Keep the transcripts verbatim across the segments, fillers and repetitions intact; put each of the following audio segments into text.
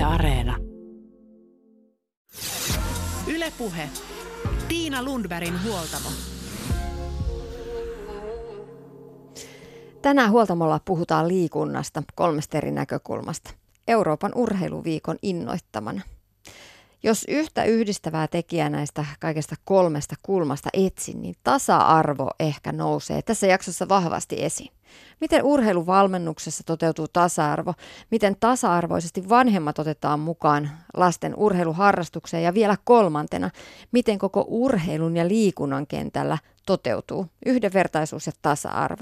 Areena. Yle Puhe. Tiina Lundbergin huoltamo. Tänään huoltamolla puhutaan liikunnasta kolmesta eri näkökulmasta. Euroopan urheiluviikon innoittamana. Jos yhtä yhdistävää tekijää näistä kaikesta kolmesta kulmasta etsin, niin tasa-arvo ehkä nousee tässä jaksossa vahvasti esiin. Miten urheiluvalmennuksessa toteutuu tasa-arvo? Miten tasa-arvoisesti vanhemmat otetaan mukaan lasten urheiluharrastukseen? Ja vielä kolmantena, miten koko urheilun ja liikunnan kentällä toteutuu yhdenvertaisuus ja tasa-arvo?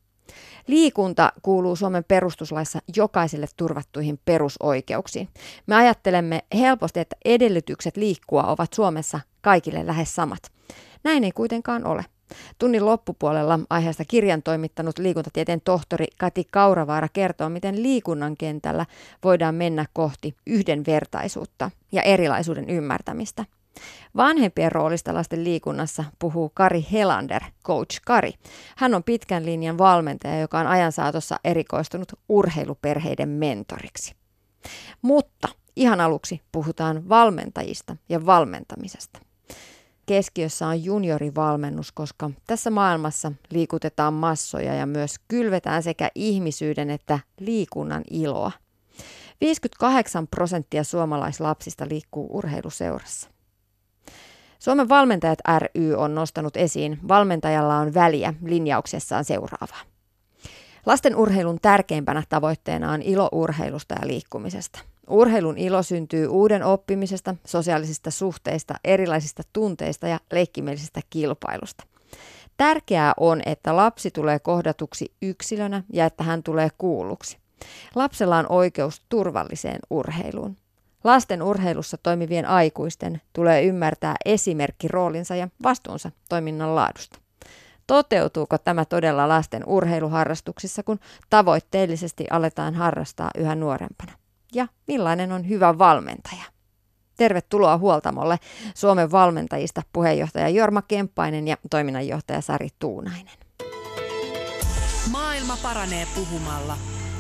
Liikunta kuuluu Suomen perustuslaissa jokaiselle turvattuihin perusoikeuksiin. Me ajattelemme helposti, että edellytykset liikkua ovat Suomessa kaikille lähes samat. Näin ei kuitenkaan ole. Tunnin loppupuolella aiheesta kirjan toimittanut liikuntatieteen tohtori Kati Kauravaara kertoo, miten liikunnan kentällä voidaan mennä kohti yhdenvertaisuutta ja erilaisuuden ymmärtämistä. Vanhempien roolista lasten liikunnassa puhuu Kari Helander, Coach Kari. Hän on pitkän linjan valmentaja, joka on ajan saatossa erikoistunut urheiluperheiden mentoriksi. Mutta ihan aluksi puhutaan valmentajista ja valmentamisesta. Keskiössä on juniorivalmennus, koska tässä maailmassa liikutetaan massoja ja myös kylvetään sekä ihmisyyden että liikunnan iloa. viisikymmentäkahdeksan prosenttia suomalaislapsista liikkuu urheiluseurassa. Suomen valmentajat ry on nostanut esiin, valmentajalla on väliä linjauksessaan seuraavaa. Lasten urheilun tärkeimpänä tavoitteena on ilo urheilusta ja liikkumisesta. Urheilun ilo syntyy uuden oppimisesta, sosiaalisista suhteista, erilaisista tunteista ja leikkimielisistä kilpailusta. Tärkeää on, että lapsi tulee kohdatuksi yksilönä ja että hän tulee kuulluksi. Lapsella on oikeus turvalliseen urheiluun. Lasten urheilussa toimivien aikuisten tulee ymmärtää esimerkkiroolinsa ja vastuunsa toiminnan laadusta. Toteutuuko tämä todella lasten urheiluharrastuksissa, kun tavoitteellisesti aletaan harrastaa yhä nuorempana? Ja millainen on hyvä valmentaja? Tervetuloa huoltamolle Suomen valmentajista puheenjohtaja Jorma Kemppainen ja toiminnanjohtaja Sari Tuunainen. Maailma paranee puhumalla.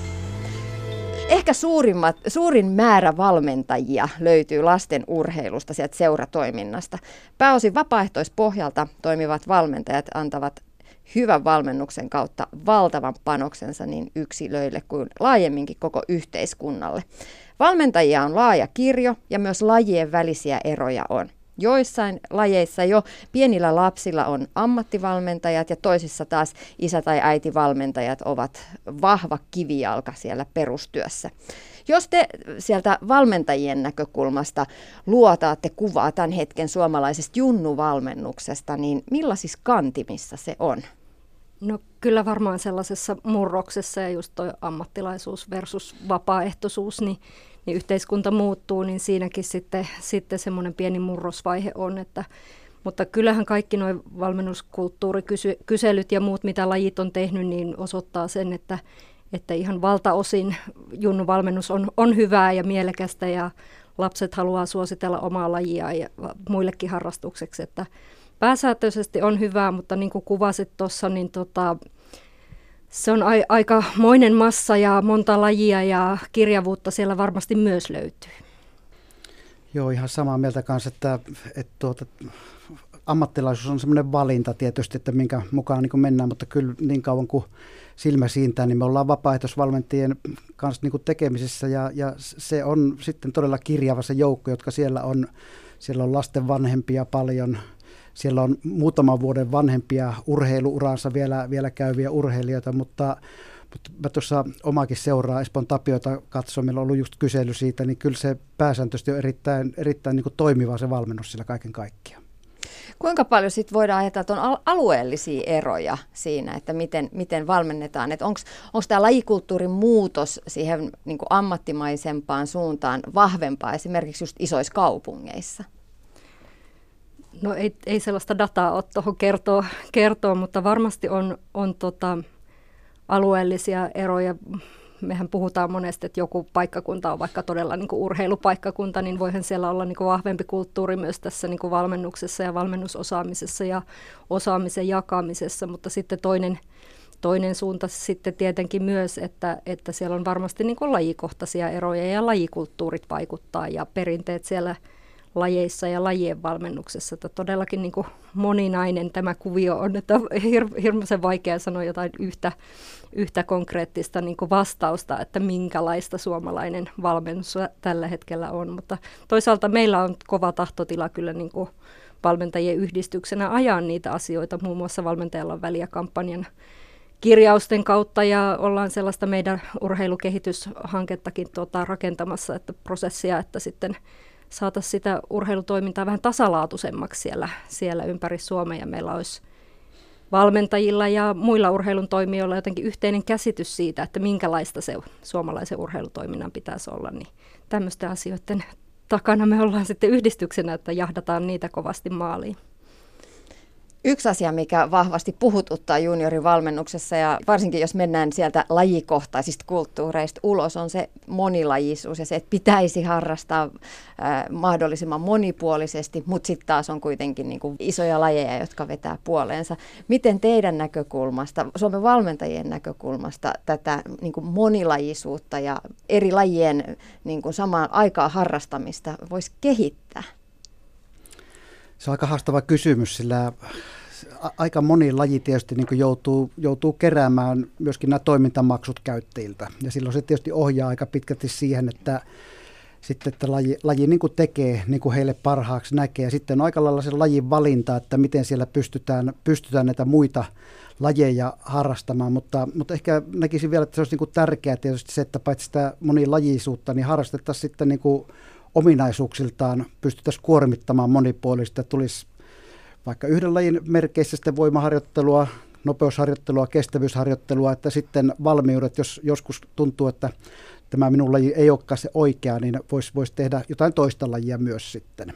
Ehkä suurimmat, suurin määrä valmentajia löytyy lasten urheilusta sieltä seuratoiminnasta. Pääosin vapaaehtoispohjalta toimivat valmentajat antavat hyvän valmennuksen kautta valtavan panoksensa niin yksilöille kuin laajemminkin koko yhteiskunnalle. Valmentajia on laaja kirjo ja myös lajien välisiä eroja on. Joissain lajeissa jo pienillä lapsilla on ammattivalmentajat ja toisissa taas isä- tai äitivalmentajat ovat vahva kivijalka siellä perustyössä. Jos te sieltä valmentajien näkökulmasta luotaatte kuvaa tämän hetken suomalaisesta junnuvalmennuksesta, niin millaisissa kantimissa se on? No kyllä varmaan sellaisessa murroksessa ja just tuo ammattilaisuus versus vapaaehtoisuus, niin, niin yhteiskunta muuttuu, niin siinäkin sitten, sitten semmoinen pieni murrosvaihe on. Että, mutta kyllähän kaikki nuo valmennuskulttuurikyselyt ja muut, mitä lajit on tehnyt, niin osoittaa sen, että, että ihan valtaosin junnuvalmennus on, on hyvää ja mielekästä ja lapset haluaa suositella omaa lajia ja muillekin harrastukseksi, että pääsääntöisesti on hyvää, mutta niin kuin kuvasit tuossa, niin tota, se on a- aikamoinen massa ja monta lajia ja kirjavuutta siellä varmasti myös löytyy. Joo, ihan samaa mieltä kanssa, että, että tuota, ammattilaisuus on semmoinen valinta tietysti, että minkä mukaan niin kuin mennään, mutta kyllä niin kauan kuin silmä siintää, niin me ollaan vapaaehtoisvalmentajien kanssa niin kuin tekemisissä ja, ja se on sitten todella kirjava se joukko, jotka siellä on, siellä on lasten vanhempia paljon. Siellä on muutaman vuoden vanhempia urheiluuransa vielä, vielä käyviä urheilijoita, mutta, mutta mä tuossa omakin seuraa Espoon Tapiota katsoa, meillä on ollut just kysely siitä, niin kyllä se pääsääntöisesti on erittäin, erittäin niin kuin toimiva se valmennus sillä kaiken kaikkiaan. Kuinka paljon sit voidaan ajatella, että on alueellisia eroja siinä, että miten, miten valmennetaan? Onko tämä lajikulttuurin muutos siihen niin kuin ammattimaisempaan suuntaan vahvempaa esimerkiksi just isoissa kaupungeissa? No ei, ei sellaista dataa ole tuohon kertoa, kertoa, mutta varmasti on, on tota, alueellisia eroja. Mehän puhutaan monesti, että joku paikkakunta on vaikka todella niin kuin urheilupaikkakunta, niin voihan siellä olla niin kuin vahvempi kulttuuri myös tässä niin kuin valmennuksessa ja valmennusosaamisessa ja osaamisen jakamisessa, mutta sitten toinen, toinen suunta sitten tietenkin myös, että, että siellä on varmasti niin kuin lajikohtaisia eroja ja lajikulttuurit vaikuttaa ja perinteet siellä lajeissa ja lajien valmennuksessa. Että todellakin niin kuin moninainen tämä kuvio on, että on hir- hirmuisen vaikea sanoa jotain yhtä, yhtä konkreettista niin kuin vastausta, että minkälaista suomalainen valmennus tällä hetkellä on. Mutta toisaalta meillä on kova tahtotila kyllä niin kuin valmentajien yhdistyksenä ajaa niitä asioita. Muun muassa valmentajalla on väliä kampanjan kirjausten kautta ja ollaan sellaista meidän urheilukehityshankettakin tuota, rakentamassa, että prosessia, että sitten saataisiin sitä urheilutoimintaa vähän tasalaatuisemmaksi siellä, siellä ympäri Suomea ja meillä olisi valmentajilla ja muilla urheilun toimijoilla jotenkin yhteinen käsitys siitä, että minkälaista se suomalaisen urheilutoiminnan pitäisi olla, niin tämmöisten asioiden takana me ollaan sitten yhdistyksenä, että jahdataan niitä kovasti maaliin. Yksi asia, mikä vahvasti puhututtaa juniorivalmennuksessa ja varsinkin jos mennään sieltä lajikohtaisista kulttuureista ulos, on se monilajisuus ja se, että pitäisi harrastaa äh, mahdollisimman monipuolisesti, mutta sitten taas on kuitenkin niin kuin isoja lajeja, jotka vetää puoleensa. Miten teidän näkökulmasta, Suomen valmentajien näkökulmasta tätä niin kuin monilajisuutta ja eri lajien niin kuin samaan aikaan harrastamista voisi kehittää? Se on aika haastava kysymys, sillä aika moni laji tietysti niin kuin joutuu, joutuu keräämään myöskin nämä toimintamaksut käyttäjiltä. Ja silloin se tietysti ohjaa aika pitkälti siihen, että, sitten, että laji, laji niin kuin tekee niin kuin heille parhaaksi näkee. Ja sitten on aika lailla se lajin valinta, että miten siellä pystytään, pystytään näitä muita lajeja harrastamaan. Mutta, mutta ehkä näkisin vielä, että se olisi niin kuin tärkeää tietysti se, että paitsi sitä monilajisuutta, niin harrastettaisiin sitten niin kuin ominaisuuksiltaan pystyttäisiin kuormittamaan monipuolista, tulisi vaikka yhden lajin merkeissä sitten voimaharjoittelua, nopeusharjoittelua, kestävyysharjoittelua, että sitten valmiudet, jos joskus tuntuu, että tämä minun laji ei olekaan se oikea, niin voisi vois tehdä jotain toista lajia myös sitten.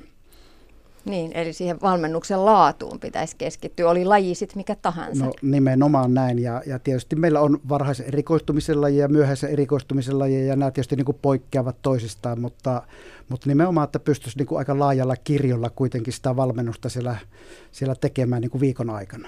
Niin, eli siihen valmennuksen laatuun pitäisi keskittyä, oli laji sitten mikä tahansa. No nimenomaan näin, ja, ja tietysti meillä on varhaisen erikoistumisen lajeja ja myöhäisen erikoistumisen lajeja, ja nämä tietysti niin kuin poikkeavat toisistaan, mutta, mutta nimenomaan, että pystyisi niin kuin aika laajalla kirjolla kuitenkin sitä valmennusta siellä, siellä tekemään niin kuin viikon aikana.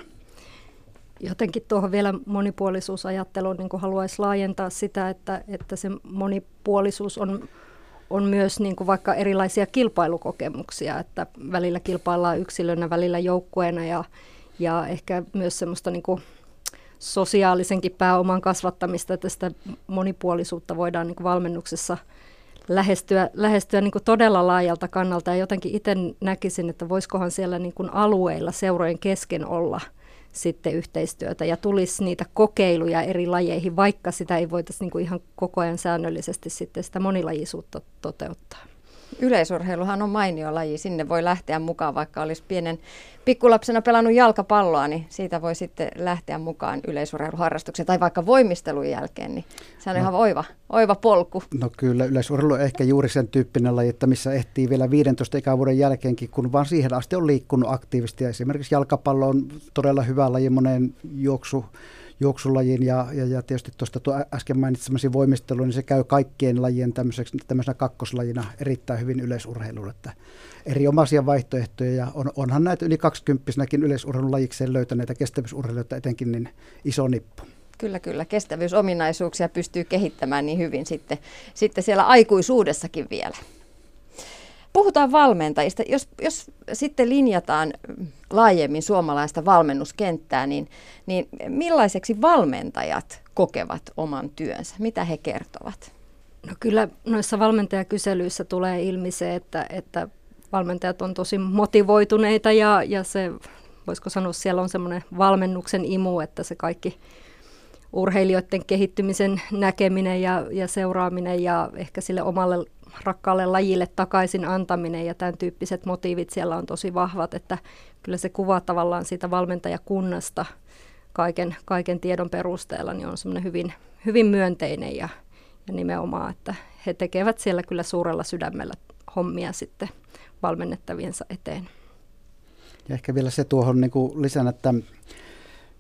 Jotenkin tuohon vielä monipuolisuusajatteluun niin kuin haluaisi laajentaa sitä, että, että se monipuolisuus on on myös niin kuin vaikka erilaisia kilpailukokemuksia, että välillä kilpaillaan yksilönä, välillä joukkueena ja, ja ehkä myös semmoista niin kuin sosiaalisenkin pääoman kasvattamista, että sitä monipuolisuutta voidaan niin kuin valmennuksessa lähestyä, lähestyä niin kuin todella laajalta kannalta. Ja jotenkin itse näkisin, että voisikohan siellä niin kuin alueilla seurojen kesken olla sitten yhteistyötä ja tulisi niitä kokeiluja eri lajeihin, vaikka sitä ei voitaisi niin kuin ihan koko ajan säännöllisesti sitten sitä monilajisuutta toteuttaa. Yleisurheiluhan on mainio laji, sinne voi lähteä mukaan, vaikka olisi pienen pikkulapsena pelannut jalkapalloa, niin siitä voi sitten lähteä mukaan yleisurheiluharrastukseen tai vaikka voimistelun jälkeen, niin se on no, ihan oiva, oiva polku. No kyllä, yleisurheilu on ehkä juuri sen tyyppinen laji, että missä ehtii vielä viidentoista ikävuoden jälkeenkin, kun vaan siihen asti on liikkunut aktiivisesti. Ja esimerkiksi jalkapallo on todella hyvä laji moneen juoksu, juoksulajin ja, ja, ja tietysti tuosta tuo äsken mainitsemasi voimistelu, niin se käy kaikkien lajien tämmöisenä kakkoslajina erittäin hyvin yleisurheilulle. Että erinomaisia vaihtoehtoja ja on, onhan näitä yli kaksikymppisenäkin yleisurheilun lajikseen löytäneitä kestävyysurheilijoita etenkin niin iso nippu. Kyllä, kyllä. Kestävyysominaisuuksia pystyy kehittämään niin hyvin sitten, sitten siellä aikuisuudessakin vielä. Puhutaan valmentajista. Jos, jos sitten linjataan laajemmin suomalaista valmennuskenttää, niin, niin millaiseksi valmentajat kokevat oman työnsä? Mitä he kertovat? No kyllä noissa valmentajakyselyissä tulee ilmi se, että, että valmentajat on tosi motivoituneita ja, ja se, voisiko sanoa, siellä on semmoinen valmennuksen imu, että se kaikki urheilijoiden kehittymisen näkeminen ja, ja seuraaminen ja ehkä sille omalle rakkaalle lajille takaisin antaminen ja tämän tyyppiset motiivit siellä on tosi vahvat, että kyllä se kuva tavallaan siitä valmentajakunnasta kaiken, kaiken tiedon perusteella niin on semmoinen hyvin, hyvin myönteinen ja, ja nimenomaan, että he tekevät siellä kyllä suurella sydämellä hommia sitten valmennettaviensa eteen. Ja ehkä vielä se tuohon niin kuin lisän, että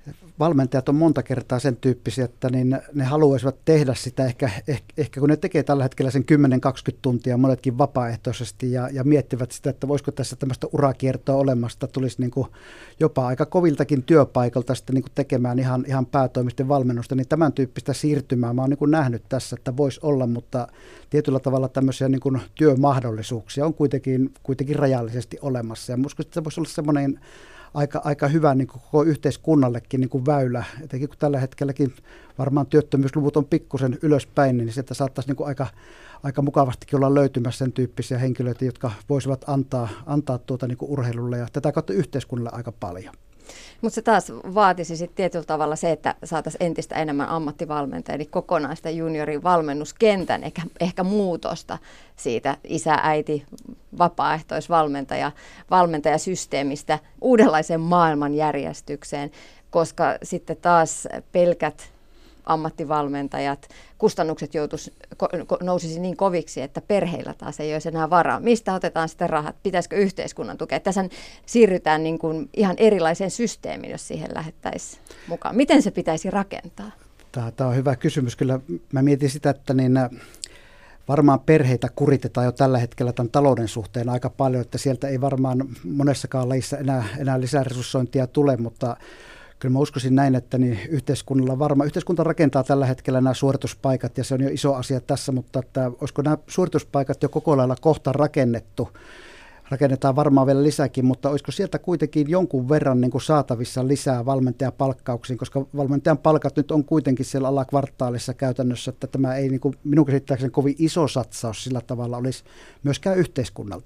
valmentajat on monta kertaa sen tyyppisiä, että niin ne haluaisivat tehdä sitä ehkä, ehkä, ehkä kun ne tekee tällä hetkellä sen kymmenen kaksikymmentä tuntia monetkin vapaaehtoisesti ja, ja miettivät sitä, että voisiko tässä tämmöistä urakiertoa olemasta, tulisi niin kuin jopa aika koviltakin työpaikalta sitten niin kuin tekemään ihan, ihan päätoimisten valmennusta, niin tämän tyyppistä siirtymää mä oon niin kuin nähnyt tässä, että voisi olla, mutta tietyllä tavalla tämmöisiä niin kuin työmahdollisuuksia on kuitenkin, kuitenkin rajallisesti olemassa ja uskon, että se voisi olla semmoinen Aika, aika hyvä niin kuin koko yhteiskunnallekin niin kuin väylä, etenkin kun tällä hetkelläkin varmaan työttömyysluvut on pikkusen ylöspäin, niin sieltä saattaisi niin kuin aika, aika mukavastikin olla löytymässä sen tyyppisiä henkilöitä, jotka voisivat antaa, antaa tuota niin kuin urheilulle ja tätä kautta yhteiskunnalle aika paljon. Mutta se taas vaatisi sitten tietyllä tavalla se, että saataisiin entistä enemmän ammattivalmentajia, eli kokonaista juniorin valmennuskentän ehkä, ehkä muutosta siitä isä, äiti, vapaaehtoisvalmentaja, valmentajasysteemistä uudenlaiseen maailmanjärjestykseen, koska sitten taas pelkät ammattivalmentajat, kustannukset joutuisi, nousisi niin koviksi, että perheillä taas ei olisi enää varaa. Mistä otetaan sitten rahat? Pitäisikö yhteiskunnan tukea? Tässä siirrytään niin kuin ihan erilaiseen systeemiin, jos siihen lähdettäisiin mukaan. Miten se pitäisi rakentaa? Tämä on hyvä kysymys. Kyllä mä mietin sitä, että niin varmaan perheitä kuritetaan jo tällä hetkellä tämän talouden suhteen aika paljon, että sieltä ei varmaan monessakaan lajissa enää, enää lisäresurssointia tule, mutta kyllä mä uskoisin näin, että niin yhteiskunnalla varmaan, yhteiskunta rakentaa tällä hetkellä nämä suorituspaikat ja se on jo iso asia tässä, mutta että olisiko nämä suorituspaikat jo koko lailla kohta rakennettu, rakennetaan varmaan vielä lisääkin, mutta olisiko sieltä kuitenkin jonkun verran niin kuin saatavissa lisää valmentajapalkkauksiin, koska valmentajan palkat nyt on kuitenkin siellä alakvartaalissa käytännössä, että tämä ei niin kuin minun käsittääkseni kovin iso satsaus sillä tavalla olisi myöskään yhteiskunnalta.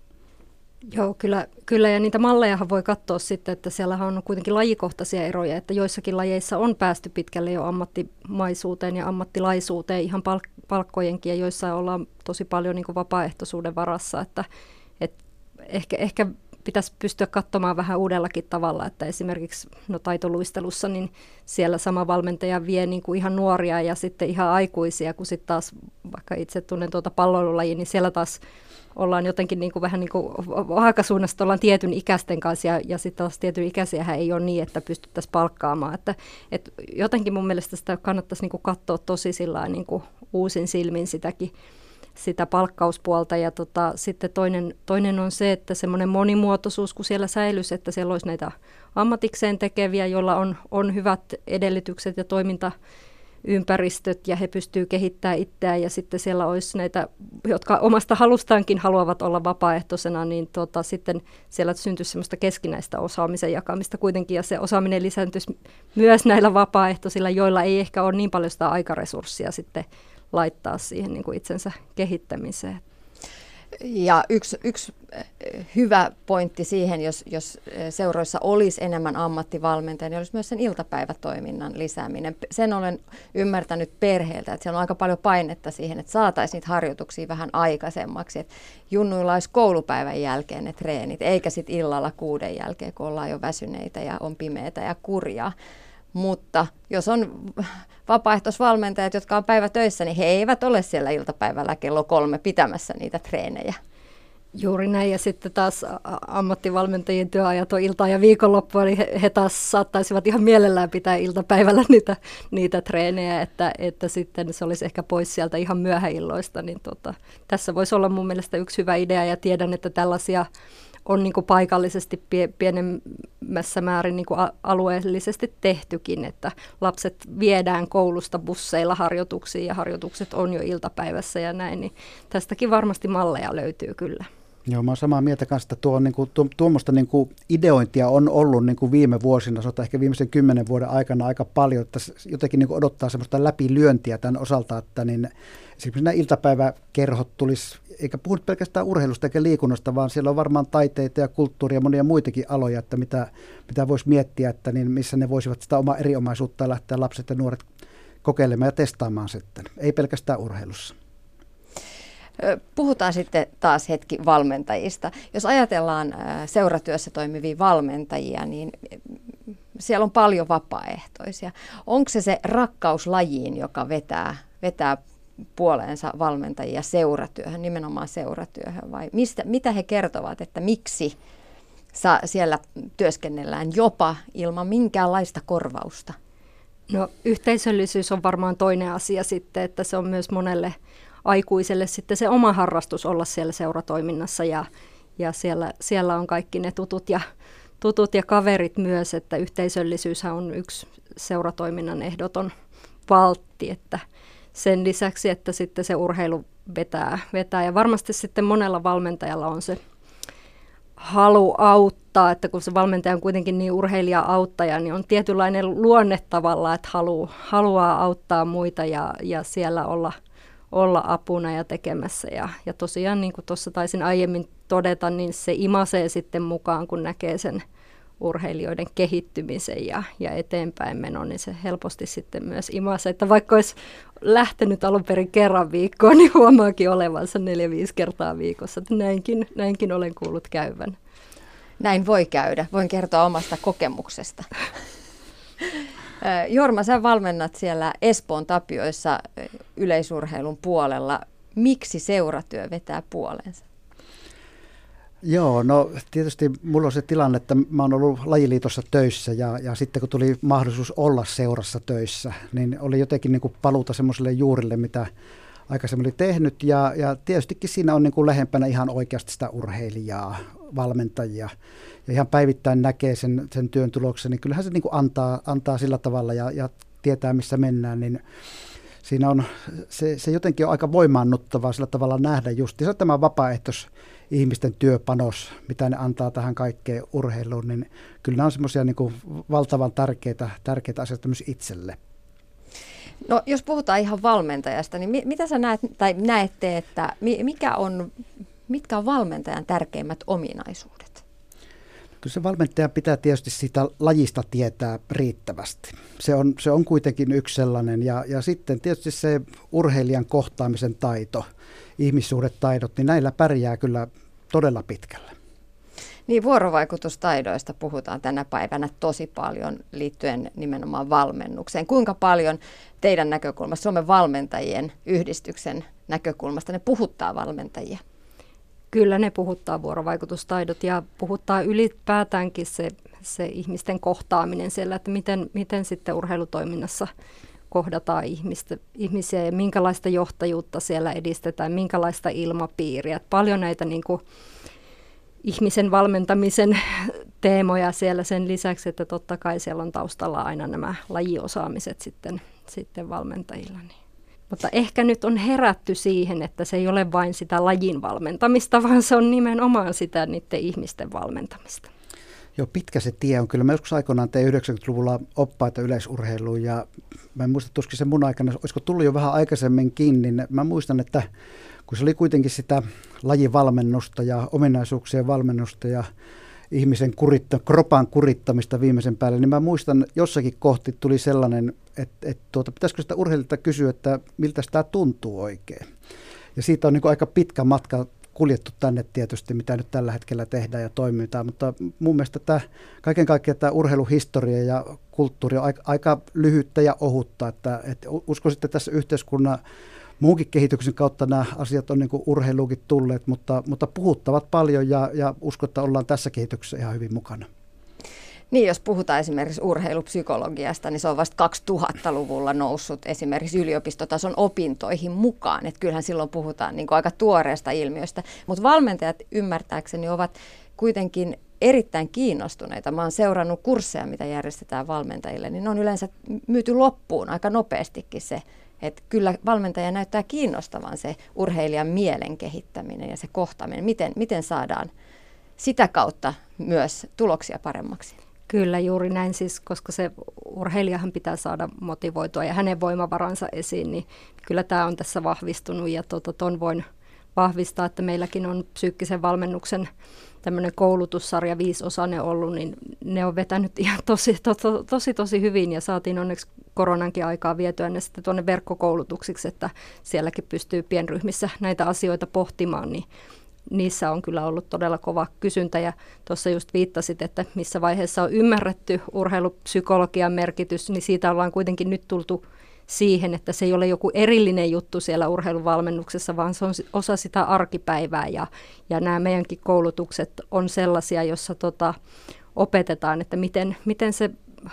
Joo, kyllä, kyllä, ja niitä mallejahan voi katsoa sitten, että siellä on kuitenkin lajikohtaisia eroja, että joissakin lajeissa on päästy pitkälle jo ammattimaisuuteen ja ammattilaisuuteen ihan palk- palkkojenkin, ja joissa ollaan tosi paljon niin kuin vapaaehtoisuuden varassa, että, että ehkä, ehkä pitäisi pystyä katsomaan vähän uudellakin tavalla, että esimerkiksi no, taitoluistelussa, niin siellä sama valmentaja vie niin kuin ihan nuoria ja sitten ihan aikuisia, kun sitten taas, vaikka itse tunnen tuota palloilulajia, niin siellä taas ollaan jotenkin niin kuin vähän niin kuin vaakasuunnasta ollaan tietyn ikäisten kanssa ja, ja sitten taas tietyn ikäisiähän ei ole niin, että pystyttäisiin palkkaamaan. Että, et jotenkin mun mielestä sitä kannattaisi niin kuin katsoa tosi sillä niin kuin uusin silmin sitäkin, sitä palkkauspuolta. Ja tota, sitten toinen, toinen on se, että semmoinen monimuotoisuus, kun siellä säilyisi, että siellä olisi näitä ammatikseen tekeviä, joilla on, on hyvät edellytykset ja toiminta ympäristöt ja he pystyvät kehittämään itseään ja sitten siellä olisi näitä, jotka omasta halustaankin haluavat olla vapaaehtoisena, niin tota, sitten siellä syntyisi semmoista keskinäistä osaamisen jakamista kuitenkin ja se osaaminen lisääntyisi myös näillä vapaaehtoisilla, joilla ei ehkä ole niin paljon sitä aikaresurssia sitten laittaa siihen niin kuin itsensä kehittämiseen. Ja yksi, yksi hyvä pointti siihen, jos, jos seuroissa olisi enemmän ammattivalmentajia, niin olisi myös sen iltapäivätoiminnan lisääminen. Sen olen ymmärtänyt perheeltä, että siellä on aika paljon painetta siihen, että saataisiin niitä harjoituksia vähän aikaisemmaksi. Että junnuilla olisi koulupäivän jälkeen ne treenit, eikä sitten illalla kuuden jälkeen, kun ollaan jo väsyneitä ja on pimeätä ja kurjaa. Mutta jos on vapaaehtoisvalmentajat, jotka on päivätöissä, niin he eivät ole siellä iltapäivällä kello kolme pitämässä niitä treenejä. Juuri näin, ja sitten taas ammattivalmentajien työajat on iltaa ja viikonloppua, niin he, he taas saattaisivat ihan mielellään pitää iltapäivällä niitä, niitä treenejä, että, että sitten se olisi ehkä pois sieltä ihan myöhäilloista. Niin tota, tässä voisi olla mun mielestä yksi hyvä idea, ja tiedän, että tällaisia on niin kuin paikallisesti pie, pienemmässä määrin niin kuin alueellisesti tehtykin, että lapset viedään koulusta busseilla harjoituksiin ja harjoitukset on jo iltapäivässä ja näin, niin tästäkin varmasti malleja löytyy kyllä. Joo, mä oon samaa mieltä kanssa, että tuo, niin kuin, tuo, tuommoista niin kuin ideointia on ollut niin kuin viime vuosina, sanotaan ehkä viimeisen kymmenen vuoden aikana aika paljon, että jotenkin niin kuin odottaa semmoista läpilyöntiä tämän osalta, että niin, esimerkiksi nämä iltapäiväkerhot tulisi, eikä puhu pelkästään urheilusta eikä liikunnasta, vaan siellä on varmaan taiteita ja kulttuuria ja monia muitakin aloja, että mitä, mitä voisi miettiä, että niin missä ne voisivat sitä omaa eriomaisuutta lähteä lapset ja nuoret kokeilemaan ja testaamaan sitten, ei pelkästään urheilussa. Puhutaan sitten taas hetki valmentajista. Jos ajatellaan seuratyössä toimivia valmentajia, niin siellä on paljon vapaaehtoisia. Onko se se rakkaus lajiin, joka vetää, vetää puoleensa valmentajia seuratyöhön, nimenomaan seuratyöhön, vai mistä, mitä he kertovat, että miksi sa- siellä työskennellään jopa ilman minkäänlaista korvausta? No yhteisöllisyys on varmaan toinen asia sitten, että se on myös monelle aikuiselle sitten se oma harrastus olla siellä seuratoiminnassa ja, ja siellä, siellä on kaikki ne tutut ja, tutut ja kaverit myös, että yhteisöllisyyshän on yksi seuratoiminnan ehdoton valtti, että sen lisäksi, että sitten se urheilu vetää, vetää ja varmasti sitten monella valmentajalla on se halu auttaa, että kun se valmentaja on kuitenkin niin urheilija-auttaja, niin on tietynlainen luonne tavalla, että halu, haluaa auttaa muita ja, ja siellä olla, olla apuna ja tekemässä. Ja, ja tosiaan, niin kuin tuossa taisin aiemmin todeta, niin se imasee sitten mukaan, kun näkee sen urheilijoiden kehittymisen ja, ja eteenpäin menon, niin se helposti sitten myös imasee. Että vaikka olisi lähtenyt alun perin kerran viikkoon, niin huomaakin olevansa neljä, viisi kertaa viikossa. Että näinkin, näinkin olen kuullut käyvän. Näin voi käydä. Voin kertoa omasta kokemuksesta. Jorma, sä valmennat siellä Espoon Tapioissa yleisurheilun puolella. Miksi seuratyö vetää puoleensa? Joo, no tietysti mulla on se tilanne, että mä oon ollut lajiliitossa töissä ja, ja sitten kun tuli mahdollisuus olla seurassa töissä, niin oli jotenkin niin kuin paluuta semmoiselle juurille, mitä aikaisemmin oli tehnyt ja, ja tietystikin siinä on niin kuin lähempänä ihan oikeasti sitä urheilijaa, valmentajia ja ihan päivittäin näkee sen, sen työn tuloksen, niin kyllähän se niin kuin antaa, antaa sillä tavalla ja, ja tietää missä mennään, niin siinä on, se, se jotenkin on aika voimaannuttavaa sillä tavalla nähdä justiinsa tämä vapaaehtois ihmisten työpanos, mitä ne antaa tähän kaikkeen urheiluun, niin kyllä nämä on semmoisia niin kuin valtavan tärkeitä, tärkeitä asioita myös itselle. No jos puhutaan ihan valmentajasta, niin mi- mitä sä näet, tai näette, että mikä on, mitkä on valmentajan tärkeimmät ominaisuudet? Kyllä se valmentaja pitää tietysti siitä lajista tietää riittävästi. Se on, se on kuitenkin yksi sellainen. Ja, ja sitten tietysti se urheilijan kohtaamisen taito, ihmissuhdetaidot, niin näillä pärjää kyllä todella pitkälle. Niin, vuorovaikutustaidoista puhutaan tänä päivänä tosi paljon liittyen nimenomaan valmennukseen. Kuinka paljon teidän näkökulmasta, Suomen valmentajien yhdistyksen näkökulmasta, ne puhuttaa valmentajia? Kyllä ne puhuttaa vuorovaikutustaidot ja puhuttaa ylipäätäänkin se, se ihmisten kohtaaminen siellä, että miten, miten sitten urheilutoiminnassa kohdataan ihmistä, ihmisiä ja minkälaista johtajuutta siellä edistetään, minkälaista ilmapiiriä. Että paljon näitä niin kuin ihmisen valmentamisen teemoja siellä sen lisäksi, että totta kai siellä on taustalla aina nämä lajiosaamiset sitten, sitten valmentajilla. Mutta ehkä nyt on herätty siihen, että se ei ole vain sitä lajin valmentamista, vaan se on nimenomaan sitä niiden ihmisten valmentamista. Joo, pitkä se tie on. Kyllä mä joskus aikoinaan tein yhdeksänkymmentäluvulla oppaita yleisurheiluun ja mä en muista tuskin sen mun aikana, olisiko tullut jo vähän aikaisemminkin, niin mä muistan, että kun se oli kuitenkin sitä lajivalmennusta ja ominaisuuksien valmennusta ja ihmisen kuritta, kropan kurittamista viimeisen päälle, niin mä muistan jossakin kohti tuli sellainen, että, että tuota, pitäisikö sitä urheilijalta kysyä, että miltä sitä tuntuu oikein. Ja siitä on niin kuin aika pitkä matka kuljettu tänne tietysti, mitä nyt tällä hetkellä tehdään ja toimitaan, mutta mun mielestä tämä, kaiken kaikkiaan tämä urheiluhistoria ja kulttuuri on aika, aika lyhyttä ja ohutta, että, että uskoisin, että tässä yhteiskunnan muunkin kehityksen kautta nämä asiat on niin kuin urheiluukin tulleet, mutta, mutta puhuttavat paljon ja, ja uskon, että ollaan tässä kehityksessä ihan hyvin mukana. Niin, jos puhutaan esimerkiksi urheilupsykologiasta, niin se on vasta kaksituhattaluvulla noussut esimerkiksi yliopistotason opintoihin mukaan. Että kyllähän silloin puhutaan niin kuin aika tuoreesta ilmiöstä, mutta valmentajat ymmärtääkseni ovat kuitenkin erittäin kiinnostuneita. Mä oon seurannut kursseja, mitä järjestetään valmentajille, niin ne on yleensä myyty loppuun aika nopeastikin se. Että kyllä valmentaja näyttää kiinnostavan se urheilijan mielen kehittäminen ja se kohtaaminen. Miten, miten saadaan sitä kautta myös tuloksia paremmaksi? Kyllä juuri näin siis, koska se urheilijahan pitää saada motivoitua ja hänen voimavaransa esiin, niin kyllä tämä on tässä vahvistunut ja tuota, ton voin vahvistaa, että meilläkin on psyykkisen valmennuksen tämmöinen koulutussarja viisiosainen ollut, niin ne on vetänyt ihan tosi, to, to, tosi, tosi hyvin ja saatiin onneksi koronankin aikaa vietyä ne sitten tuonne verkkokoulutuksiksi, että sielläkin pystyy pienryhmissä näitä asioita pohtimaan, niin niissä on kyllä ollut todella kova kysyntä ja tuossa just viittasit, että missä vaiheessa on ymmärretty urheilupsykologian merkitys, niin siitä ollaan kuitenkin nyt tultu siihen, että se ei ole joku erillinen juttu siellä urheiluvalmennuksessa, vaan se on osa sitä arkipäivää ja, ja nämä meidänkin koulutukset on sellaisia, jossa tota, opetetaan, että miten, miten se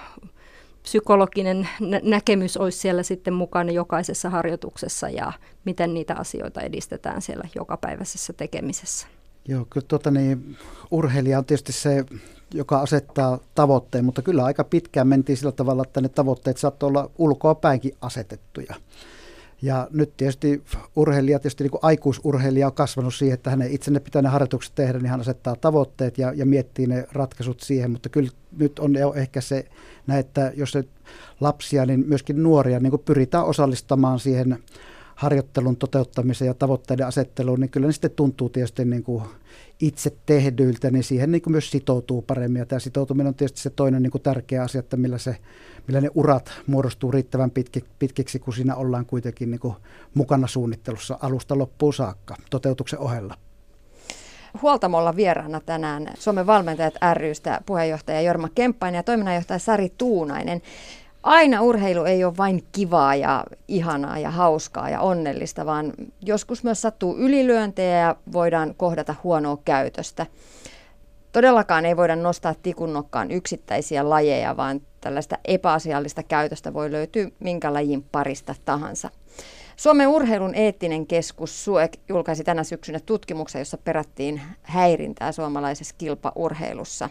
psykologinen nä- näkemys olisi siellä sitten mukana jokaisessa harjoituksessa ja miten niitä asioita edistetään siellä jokapäiväisessä tekemisessä. Joo, kyllä tuota niin, urheilija on tietysti se, joka asettaa tavoitteen, mutta kyllä aika pitkään mentiin sillä tavalla, että ne tavoitteet saattoi olla ulkoa päinkin asetettuja. Ja nyt tietysti urheilija, tietysti niin kuin aikuisurheilija on kasvanut siihen, että hänen itse ne pitää ne harjoitukset tehdä, niin hän asettaa tavoitteet ja, ja miettii ne ratkaisut siihen, mutta kyllä nyt on ehkä se, näin, että jos se lapsia, niin myöskin nuoria niin kuin pyritään osallistamaan siihen harjoittelun toteuttamiseen ja tavoitteiden asetteluun, niin kyllä ne sitten tuntuu tietysti niin kuin itse tehdyiltä, niin siihen niin kuin myös sitoutuu paremmin. Ja tämä sitoutuminen on tietysti se toinen niin kuin tärkeä asia, että millä, se, millä ne urat muodostuu riittävän pitki, pitkiksi, kun siinä ollaan kuitenkin niin kuin mukana suunnittelussa alusta loppuun saakka toteutuksen ohella. Huoltamolla vieraana tänään Suomen valmentajat ry:stä puheenjohtaja Jorma Kemppainen ja toiminnanjohtaja Sari Tuunainen. Aina urheilu ei ole vain kivaa ja ihanaa ja hauskaa ja onnellista, vaan joskus myös sattuu ylilyöntejä ja voidaan kohdata huonoa käytöstä. Todellakaan ei voida nostaa tikun nokkaan yksittäisiä lajeja, vaan tällaista epäasiallista käytöstä voi löytyä minkä lajin parista tahansa. Suomen urheilun eettinen keskus S U E K julkaisi tänä syksynä tutkimuksen, jossa perättiin häirintää suomalaisessa kilpaurheilussa.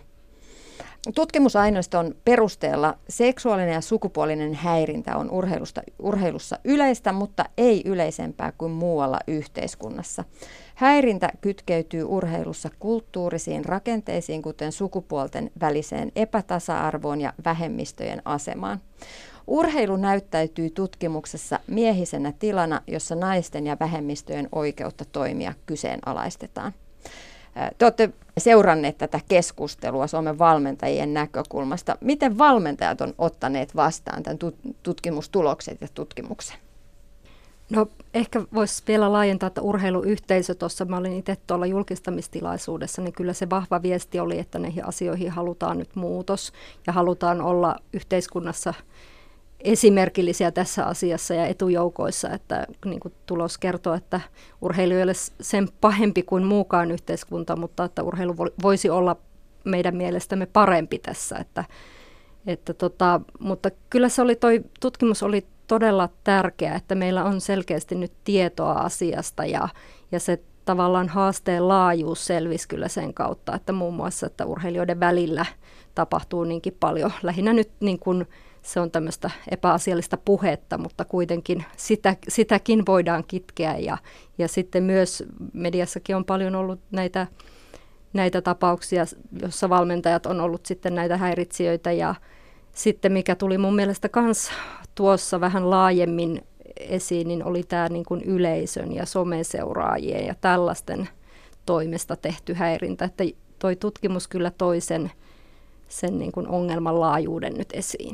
Tutkimusaineiston perusteella seksuaalinen ja sukupuolinen häirintä on urheilusta, urheilussa yleistä, mutta ei yleisempää kuin muualla yhteiskunnassa. Häirintä kytkeytyy urheilussa kulttuurisiin rakenteisiin, kuten sukupuolten väliseen epätasa-arvoon ja vähemmistöjen asemaan. Urheilu näyttäytyy tutkimuksessa miehisenä tilana, jossa naisten ja vähemmistöjen oikeutta toimia kyseenalaistetaan. Te olette seuranneet tätä keskustelua Suomen valmentajien näkökulmasta. Miten valmentajat on ottaneet vastaan tämän tutkimustulokset ja tutkimuksen? No ehkä voisi vielä laajentaa, että urheiluyhteisö tuossa, mä olin itse tuolla julkistamistilaisuudessa, niin kyllä se vahva viesti oli, että näihin asioihin halutaan nyt muutos ja halutaan olla yhteiskunnassa esimerkillisiä tässä asiassa ja etujoukoissa, että niin kuin tulos kertoo, että urheilu ei ole sen pahempi kuin muukaan yhteiskunta, mutta että urheilu voisi olla meidän mielestämme parempi tässä. Että, että tota, mutta kyllä se oli, toi tutkimus oli todella tärkeä, että meillä on selkeästi nyt tietoa asiasta ja, ja se tavallaan haasteen laajuus selvisi kyllä sen kautta, että muun muassa, että urheilijoiden välillä tapahtuu niinkin paljon. Lähinnä nyt niin kuin se on tämmöistä epäasiallista puhetta, mutta kuitenkin sitä, sitäkin voidaan kitkeä. Ja, ja sitten myös mediassakin on paljon ollut näitä, näitä tapauksia, joissa valmentajat on ollut sitten näitä häiritsijöitä. Ja sitten mikä tuli mun mielestä myös tuossa vähän laajemmin esiin, niin oli tämä niin kuin yleisön ja someseuraajien ja tällaisten toimesta tehty häirintä. Että toi tutkimus kyllä toi sen, sen niin kuin ongelman laajuuden nyt esiin.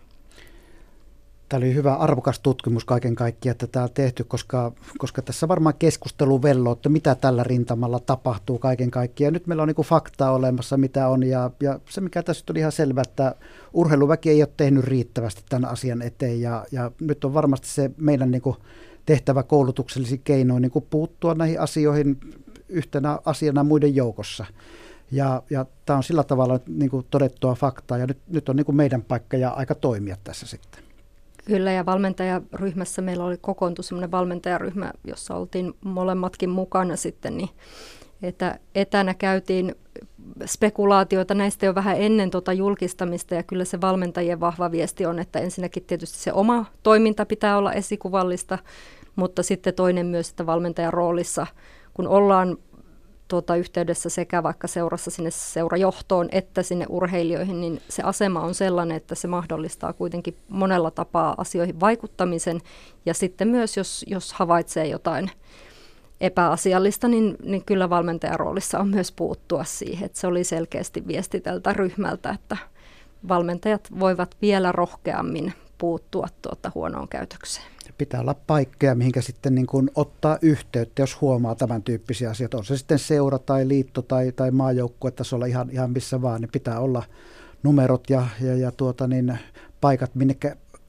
Tämä oli hyvä, arvokas tutkimus kaiken kaikkiaan, että tämä on tehty, koska, koska tässä varmaan keskustelu velloo, että mitä tällä rintamalla tapahtuu kaiken kaikkiaan. Nyt meillä on niin kuin faktaa olemassa, mitä on, ja, ja se mikä tässä tuli ihan selvä, että urheiluväki ei ole tehnyt riittävästi tämän asian eteen, ja, ja nyt on varmasti se meidän niin kuin tehtävä koulutuksellisiin keinoin niin kuin puuttua näihin asioihin yhtenä asiana muiden joukossa. Ja, ja tämä on sillä tavalla niin kuin todettua faktaa, ja nyt, nyt on niin kuin meidän paikka ja aika toimia tässä sitten. Kyllä, ja valmentajaryhmässä meillä oli kokoontu sellainen valmentajaryhmä, jossa oltiin molemmatkin mukana sitten, niin että etänä käytiin spekulaatioita näistä jo vähän ennen tuota julkistamista, ja kyllä se valmentajien vahva viesti on, että ensinnäkin tietysti se oma toiminta pitää olla esikuvallista, mutta sitten toinen myös, että valmentajan roolissa, kun ollaan tuota yhteydessä sekä vaikka seurassa sinne seurajohtoon että sinne urheilijoihin, niin se asema on sellainen, että se mahdollistaa kuitenkin monella tapaa asioihin vaikuttamisen. Ja sitten myös, jos, jos havaitsee jotain epäasiallista, niin, niin kyllä valmentajan roolissa on myös puuttua siihen. Että se oli selkeästi viesti tältä ryhmältä, että valmentajat voivat vielä rohkeammin puuttua tuota huonoon käytökseen. Pitää olla paikkoja, mihinkä sitten niin kuin ottaa yhteyttä, jos huomaa tämän tyyppisiä asioita. On se sitten seura tai liitto tai, tai maajoukkuetasolla ihan, ihan missä vaan, niin pitää olla numerot ja, ja, ja tuota niin, paikat, minne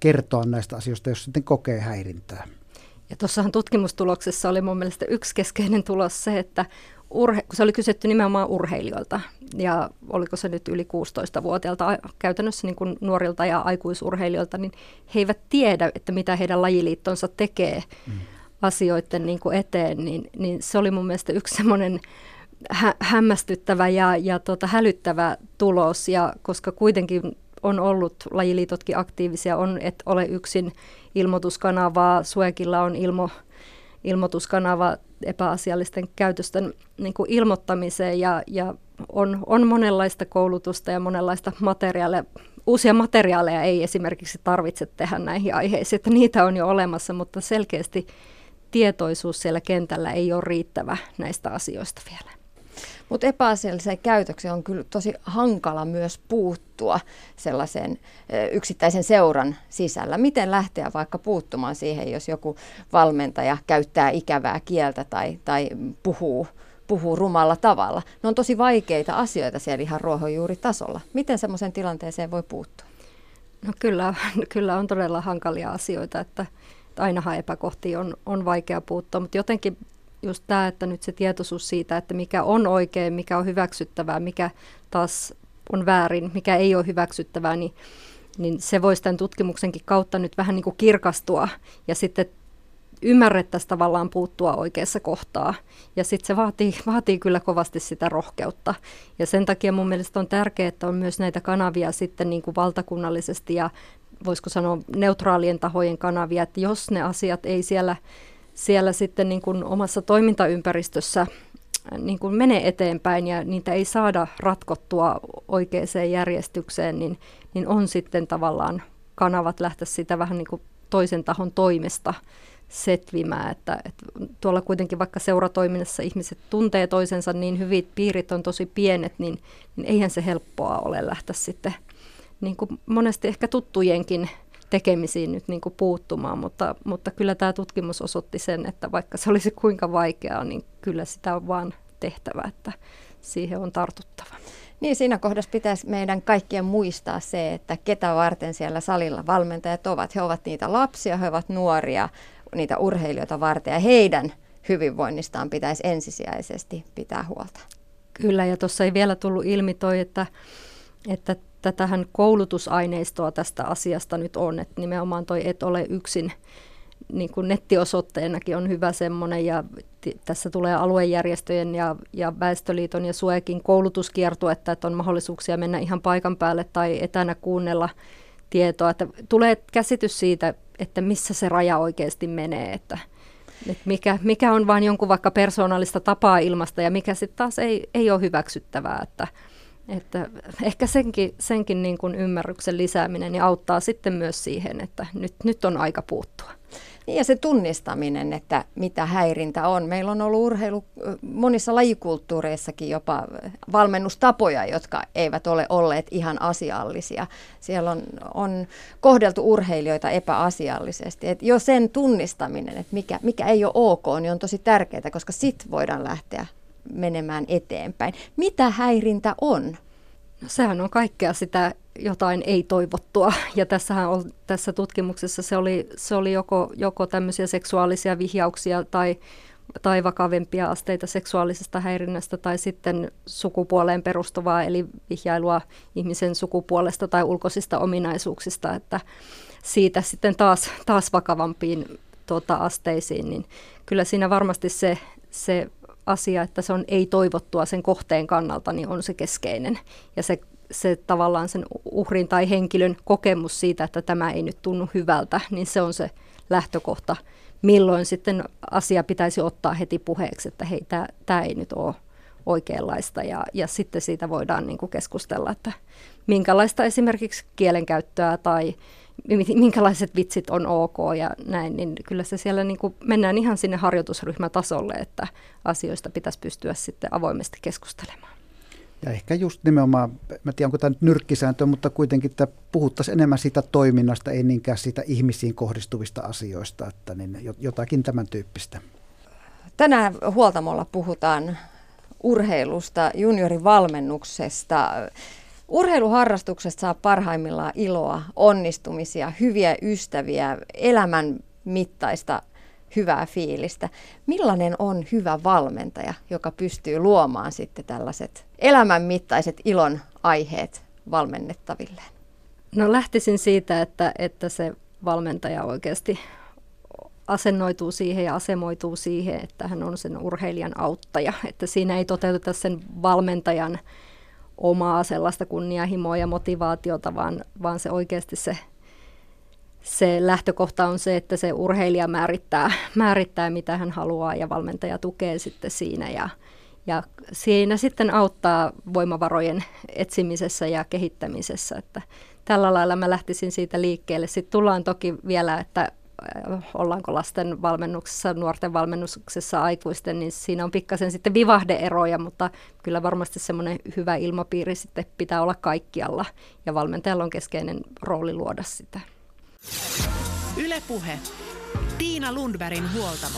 kertoa näistä asioista, jos sitten kokee häirintää. Ja tuossahan tutkimustuloksessa oli mun mielestä yksi keskeinen tulos se, että urhe- kun se oli kysytty nimenomaan urheilijoilta, ja oliko se nyt yli kuusitoistavuotiailta, käytännössä niin kuin nuorilta ja aikuisurheilijoilta, niin he eivät tiedä, että mitä heidän lajiliittonsa tekee mm. asioiden niin kuin eteen, niin, niin se oli mun mielestä yksi semmoinen hä- hämmästyttävä ja, ja tota, hälyttävä tulos, ja koska kuitenkin on ollut lajiliitotkin aktiivisia, on et ole yksin ilmoituskanavaa, Suekilla on ilmo, ilmoituskanava epäasiallisten käytösten niin kuin ilmoittamiseen, ja, ja on, on monenlaista koulutusta ja monenlaista materiaalia. Uusia materiaaleja ei esimerkiksi tarvitse tehdä näihin aiheisiin, että niitä on jo olemassa, mutta selkeästi tietoisuus siellä kentällä ei ole riittävä näistä asioista vielä. Mutta epäasialliseen käytökseen on kyllä tosi hankala myös puuttua sellaisen yksittäisen seuran sisällä. Miten lähteä vaikka puuttumaan siihen, jos joku valmentaja käyttää ikävää kieltä tai, tai puhuu, puhuu rumalla tavalla? Ne on tosi vaikeita asioita siellä ihan ruohonjuuritasolla. Miten semmoiseen tilanteeseen voi puuttua? No kyllä, kyllä on todella hankalia asioita, että ainahan epäkohtiin on, on vaikea puuttua, mutta jotenkin just tämä, että nyt se tietoisuus siitä, että mikä on oikein, mikä on hyväksyttävää, mikä taas on väärin, mikä ei ole hyväksyttävää, niin, niin se voisi tämän tutkimuksenkin kautta nyt vähän niin kuin kirkastua ja sitten ymmärrettäisiin tavallaan puuttua oikeassa kohtaa. Ja sitten se vaatii, vaatii kyllä kovasti sitä rohkeutta. Ja sen takia mun mielestä on tärkeää, että on myös näitä kanavia sitten niin kuin valtakunnallisesti ja voisiko sanoa neutraalien tahojen kanavia, että jos ne asiat ei siellä siellä sitten niin kuin omassa toimintaympäristössä niin kuin menee eteenpäin ja niitä ei saada ratkottua oikeaan järjestykseen, niin, niin on sitten tavallaan kanavat lähteä sitä vähän niin kuin toisen tahon toimesta setvimään. Että, että tuolla kuitenkin vaikka seuratoiminnassa ihmiset tuntee toisensa niin hyvin, piirit on tosi pienet, niin, niin eihän se helppoa ole lähteä sitten niin kuin monesti ehkä tuttujenkin tekemisiin nyt niin kuin puuttumaan, mutta, mutta kyllä tämä tutkimus osoitti sen, että vaikka se olisi kuinka vaikeaa, niin kyllä sitä on vaan tehtävä, että siihen on tartuttava. Niin, siinä kohdassa pitäisi meidän kaikkien muistaa se, että ketä varten siellä salilla valmentajat ovat. He ovat niitä lapsia, he ovat nuoria, niitä urheilijoita varten, ja heidän hyvinvoinnistaan pitäisi ensisijaisesti pitää huolta. Kyllä, ja tuossa ei vielä tullut ilmi toi, että, että tätähän koulutusaineistoa tästä asiasta nyt on, että nimenomaan toi Et ole yksin niin kuin nettiosoitteenakin on hyvä semmoinen, ja t- tässä tulee aluejärjestöjen ja, ja Väestöliiton ja Suekin koulutuskiertuetta, että on mahdollisuuksia mennä ihan paikan päälle tai etänä kuunnella tietoa, että tulee käsitys siitä, että missä se raja oikeasti menee, että, että mikä, mikä on vain jonkun vaikka persoonallista tapaa ilmasta ja mikä sitten taas ei, ei ole hyväksyttävää, että Että ehkä senkin, senkin niin kuin ymmärryksen lisääminen niin auttaa sitten myös siihen, että nyt, nyt on aika puuttua. Niin, ja se tunnistaminen, että mitä häirintä on. Meillä on ollut urheilu monissa lajikulttuureissakin jopa valmennustapoja, jotka eivät ole olleet ihan asiallisia. Siellä on, on kohdeltu urheilijoita epäasiallisesti. Et jo sen tunnistaminen, että mikä, mikä ei ole ok, niin on tosi tärkeää, koska sit voidaan lähteä menemään eteenpäin. Mitä häirintä on? No, sehän on kaikkea sitä jotain ei-toivottua, ja tässähän on, tässä tutkimuksessa se oli, se oli joko, joko tämmöisiä seksuaalisia vihjauksia tai, tai vakavempia asteita seksuaalisesta häirinnästä tai sitten sukupuoleen perustuvaa, eli vihjailua ihmisen sukupuolesta tai ulkoisista ominaisuuksista, että siitä sitten taas, taas vakavampiin tuota, asteisiin, niin kyllä siinä varmasti se, se asia, että se on ei-toivottua sen kohteen kannalta, niin on se keskeinen. Ja se, se tavallaan sen uhrin tai henkilön kokemus siitä, että tämä ei nyt tunnu hyvältä, niin se on se lähtökohta, milloin sitten asia pitäisi ottaa heti puheeksi, että hei, tämä ei nyt ole oikeanlaista. Ja, ja sitten siitä voidaan niin kuin keskustella, että minkälaista esimerkiksi kielenkäyttöä tai minkälaiset vitsit on ok ja näin, niin kyllä se siellä niin kuin mennään ihan sinne harjoitusryhmätasolle, että asioista pitäisi pystyä sitten avoimesti keskustelemaan. Ja ehkä just nimenomaan, mä tiedän onko tämä nyt nyrkkisääntö, mutta kuitenkin, että puhuttaisiin enemmän siitä toiminnasta, ei niinkään siitä ihmisiin kohdistuvista asioista, että niin jotakin tämän tyyppistä. Tänään Huoltamolla puhutaan urheilusta, juniorivalmennuksesta. Urheiluharrastuksesta saa parhaimmillaan iloa, onnistumisia, hyviä ystäviä, elämän mittaista hyvää fiilistä. Millainen on hyvä valmentaja, joka pystyy luomaan sitten tällaiset elämän mittaiset ilon aiheet valmennettavilleen? No lähtisin siitä, että, että se valmentaja oikeasti asennoituu siihen ja asemoituu siihen, että hän on sen urheilijan auttaja. Että siinä ei toteuteta sen valmentajan omaa sellaista kunnianhimoa ja motivaatiota, vaan, vaan se oikeasti se, se lähtökohta on se, että se urheilija määrittää, määrittää, mitä hän haluaa ja valmentaja tukee sitten siinä. Ja, ja siinä sitten auttaa voimavarojen etsimisessä ja kehittämisessä. Että tällä lailla mä lähtisin siitä liikkeelle. Sitten tullaan toki vielä, että ollaanko lasten valmennuksessa, nuorten valmennuksessa, aikuisten, niin siinä on pikkasen sitten vivahde-eroja, mutta kyllä varmasti semmoinen hyvä ilmapiiri sitten pitää olla kaikkialla ja valmentajalla on keskeinen rooli luoda sitä. Yle Puhe. Tiina Lundbergin huoltamo.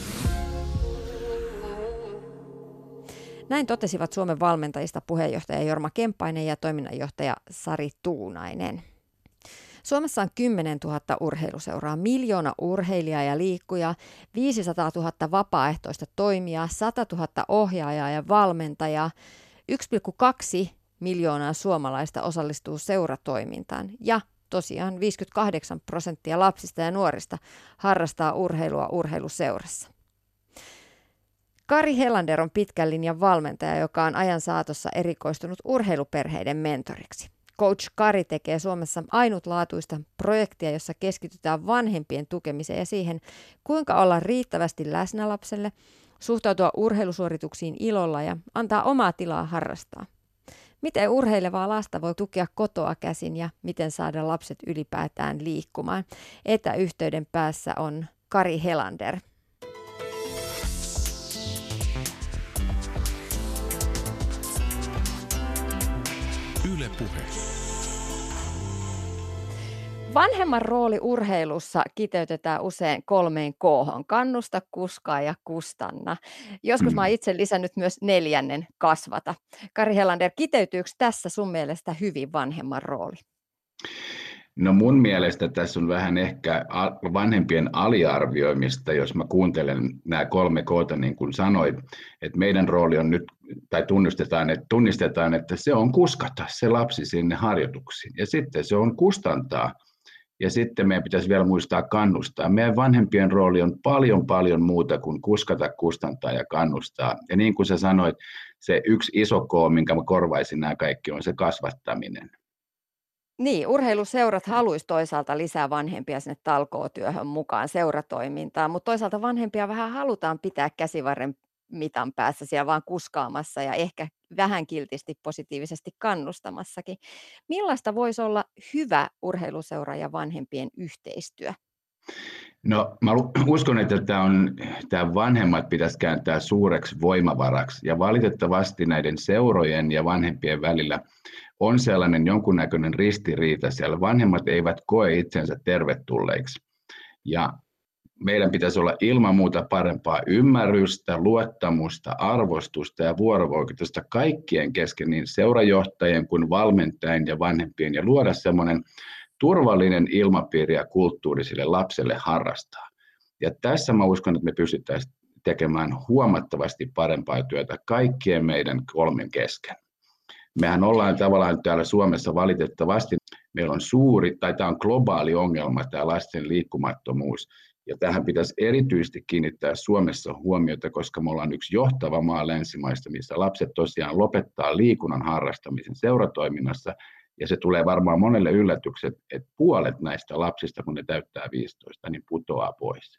Näin totesivat Suomen valmentajista puheenjohtaja Jorma Kemppainen ja toiminnanjohtaja Sari Tuunainen. Suomessa on kymmenen tuhatta urheiluseuraa, miljoona urheilijaa ja liikkujaa, viisisataa tuhatta vapaaehtoista toimijaa, sata tuhatta ohjaajaa ja valmentajaa, yksi pilkku kaksi miljoonaa suomalaista osallistuu seuratoimintaan ja tosiaan viisikymmentäkahdeksan prosenttia lapsista ja nuorista harrastaa urheilua urheiluseurassa. Kari Helander on pitkän linjan valmentaja, joka on ajan saatossa erikoistunut urheiluperheiden mentoriksi. Coach Kari tekee Suomessa ainutlaatuista projektia, jossa keskitytään vanhempien tukemiseen ja siihen, kuinka olla riittävästi läsnä lapselle, suhtautua urheilusuorituksiin ilolla ja antaa omaa tilaa harrastaa. Miten urheilevaa lasta voi tukea kotoa käsin ja miten saada lapset ylipäätään liikkumaan? Etäyhteyden päässä on Kari Helander. Yle Puhe. Vanhemman rooli urheilussa kiteytetään usein kolmeen kohon. Kannusta, kuskaa ja kustanna. Joskus mä oon itse lisännyt myös neljännen kasvata. Kari Helander, kiteytyykö tässä sun mielestä hyvin vanhemman rooli? No mun mielestä tässä on vähän ehkä vanhempien aliarvioimista, jos mä kuuntelen nämä kolme koota, niin kuin sanoit, että meidän rooli on nyt, tai tunnistetaan, että, tunnistetaan, että se on kuskata se lapsi sinne harjoituksiin, ja sitten se on kustantaa, ja sitten meidän pitäisi vielä muistaa kannustaa. Meidän vanhempien rooli on paljon, paljon muuta kuin kuskata, kustantaa ja kannustaa, ja niin kuin sä sanoit, se yksi iso koo, minkä mä korvaisin nämä kaikki, on se kasvattaminen. Niin, urheiluseurat haluaisi toisaalta lisää vanhempia sinne talkootyöhön mukaan seuratoimintaan, mutta toisaalta vanhempia vähän halutaan pitää käsivarren mitan päässä siellä vaan kuskaamassa ja ehkä vähän kiltisti positiivisesti kannustamassakin. Millaista voisi olla hyvä urheiluseura ja vanhempien yhteistyö? No mä uskon, että tämä, on, tämä vanhemmat pitäisi kääntää suureksi voimavaraksi ja valitettavasti näiden seurojen ja vanhempien välillä on sellainen jonkunnäköinen ristiriita siellä. Vanhemmat eivät koe itsensä tervetulleiksi ja meidän pitäisi olla ilman muuta parempaa ymmärrystä, luottamusta, arvostusta ja vuorovaikutusta kaikkien kesken, niin seurajohtajien kuin valmentajien ja vanhempien, ja luoda semmoinen turvallinen ilmapiiri ja kulttuuri sille lapselle harrastaa. Ja tässä mä uskon, että me pystyttäisiin tekemään huomattavasti parempaa työtä kaikkien meidän kolmen kesken. Mehän ollaan tavallaan täällä Suomessa valitettavasti, meillä on suuri, tai tämä on globaali ongelma, tämä lasten liikkumattomuus, ja tähän pitäisi erityisesti kiinnittää Suomessa huomiota, koska me ollaan yksi johtava maa länsimaista, missä lapset tosiaan lopettaa liikunnan harrastamisen seuratoiminnassa, ja se tulee varmaan monelle yllätykset, että puolet näistä lapsista, kun ne täyttää viisitoista, niin putoaa pois.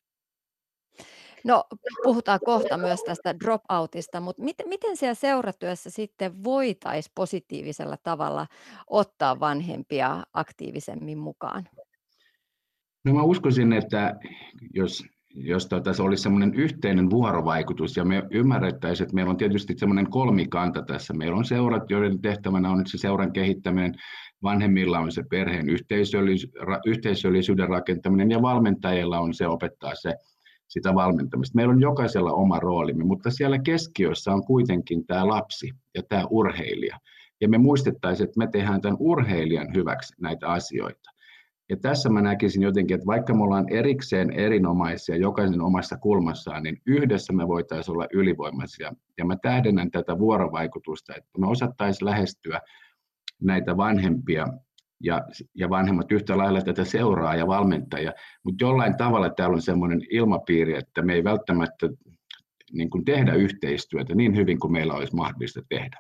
No puhutaan kohta myös tästä dropoutista, mutta miten, miten siellä seuratyössä sitten voitaisiin positiivisella tavalla ottaa vanhempia aktiivisemmin mukaan? No mä uskoisin, että jos, jos tota, se olisi semmoinen yhteinen vuorovaikutus ja me ymmärrettäisiin, että meillä on tietysti semmoinen kolmikanta tässä. Meillä on seurat, joiden tehtävänä on nyt se seuran kehittäminen, vanhemmilla on se perheen yhteisöllis- yhteisöllisyyden rakentaminen ja valmentajilla on se opettaa se sitä valmentamista. Meillä on jokaisella oma roolimme, mutta siellä keskiössä on kuitenkin tämä lapsi ja tämä urheilija. ja me muistettaisiin, että me tehdään tämän urheilijan hyväksi näitä asioita. Ja tässä mä näkisin jotenkin, että vaikka me ollaan erikseen erinomaisia jokaisen omassa kulmassaan, niin yhdessä me voitaisiin olla ylivoimaisia. Ja mä tähdennän tätä vuorovaikutusta, että me osattaisiin lähestyä näitä vanhempia ja, ja vanhemmat yhtä lailla tätä seuraa ja valmentajia, mutta jollain tavalla täällä on semmoinen ilmapiiri, että me ei välttämättä niin kuin tehdä yhteistyötä niin hyvin kuin meillä olisi mahdollista tehdä.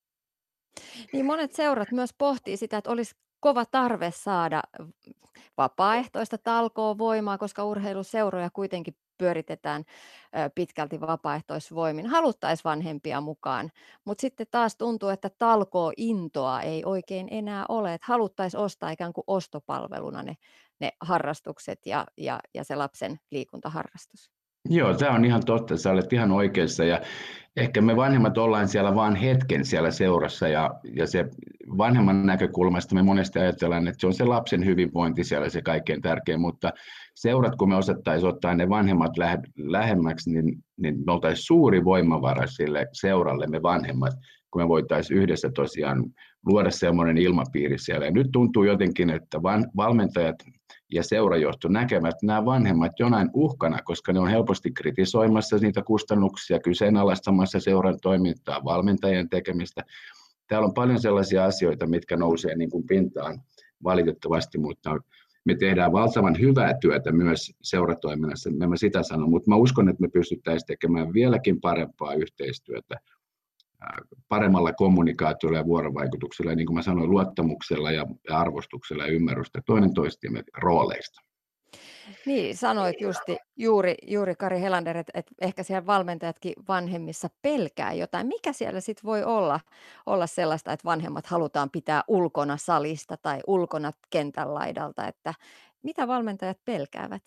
Niin monet seurat myös pohtii sitä, että olisi kova tarve saada vapaaehtoista talkoovoimaa, koska urheiluseuroja kuitenkin pyöritetään pitkälti vapaaehtoisvoimin. Haluttaisiin vanhempia mukaan, mutta sitten taas tuntuu, että talkoointoa ei oikein enää ole. Että haluttaisiin ostaa ikään kuin ostopalveluna ne, ne harrastukset ja, ja, ja se lapsen liikuntaharrastus. Joo, tämä on ihan totta, sä olet ihan oikeassa ja ehkä me vanhemmat ollaan siellä vain hetken siellä seurassa ja, ja se vanhemman näkökulmasta me monesti ajatellaan, että se on se lapsen hyvinvointi siellä se kaikkein tärkein, mutta seurat kun me osattaisiin ottaa ne vanhemmat lähe, lähemmäksi, niin, niin me oltaisiin suuri voimavara sille seuralle me vanhemmat, kun me voitaisiin yhdessä tosiaan luoda semmoinen ilmapiiri siellä. Ja nyt tuntuu jotenkin, että van, valmentajat ja seurajohto näkevät nämä vanhemmat jonain uhkana, koska ne on helposti kritisoimassa niitä kustannuksia, kyseenalaistamassa seuran toimintaa, valmentajien tekemistä. Täällä on paljon sellaisia asioita, mitkä nousee niin kuin pintaan valitettavasti, mutta me tehdään valtavan hyvää työtä myös seuratoiminnassa, en mä sitä sano, mutta mä uskon, että me pystyttäisiin tekemään vieläkin parempaa yhteistyötä paremmalla kommunikaatiolla ja vuorovaikutuksella, ja niin kuin mä sanoin, luottamuksella ja arvostuksella ja ymmärrystä toinen toistemme rooleista. Niin, sanoit justi, juuri, juuri Kari Helander, että, että ehkä siellä valmentajatkin vanhemmissa pelkää jotain. Mikä siellä sitten voi olla, olla sellaista, että vanhemmat halutaan pitää ulkona salista tai ulkona kentän laidalta, että mitä valmentajat pelkäävät?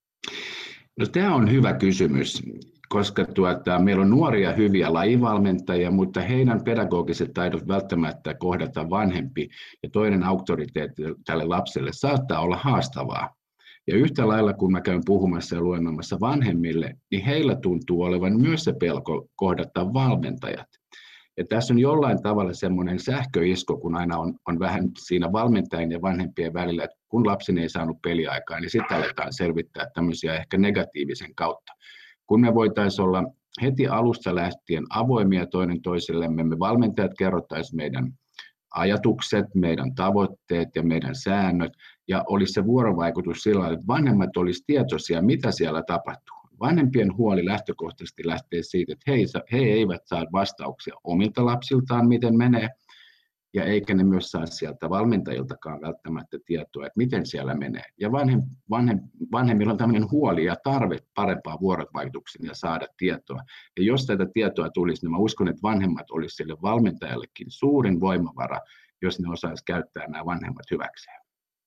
No, tämä on hyvä kysymys, koska tuota, meillä on nuoria hyviä lajivalmentajia, mutta heidän pedagogiset taidot välttämättä kohdata vanhempi ja toinen auktoriteetti tälle lapselle saattaa olla haastavaa. Ja yhtä lailla kun mä käyn puhumassa ja luennoimassa vanhemmille, niin heillä tuntuu olevan myös se pelko kohdata valmentajat. Ja tässä on jollain tavalla semmoinen sähköisko, kun aina on, on vähän siinä valmentajien ja vanhempien välillä, että kun lapseni ei saanut peliaikaa, niin sitten aletaan selvittää tämmöisiä ehkä negatiivisen kautta. Kun me voitaisiin olla heti alusta lähtien avoimia toinen toisillemme, me valmentajat kerrottaisiin meidän ajatukset, meidän tavoitteet ja meidän säännöt, ja olisi se vuorovaikutus sillä tavalla, että vanhemmat olisi tietoisia, mitä siellä tapahtuu. Vanhempien huoli lähtökohtaisesti lähtee siitä, että he, he eivät saa vastauksia omilta lapsiltaan, miten menee, ja eikä ne myös saa sieltä valmentajiltakaan välttämättä tietoa, että miten siellä menee. Ja vanhem, vanhem, vanhemmilla on tämmöinen huoli ja tarve parempaa vuorovaikutuksen ja saada tietoa. Ja jos tätä tietoa tulisi, niin mä uskon, että vanhemmat olisi sille valmentajallekin suurin voimavara, jos ne osaisi käyttää nämä vanhemmat hyväkseen.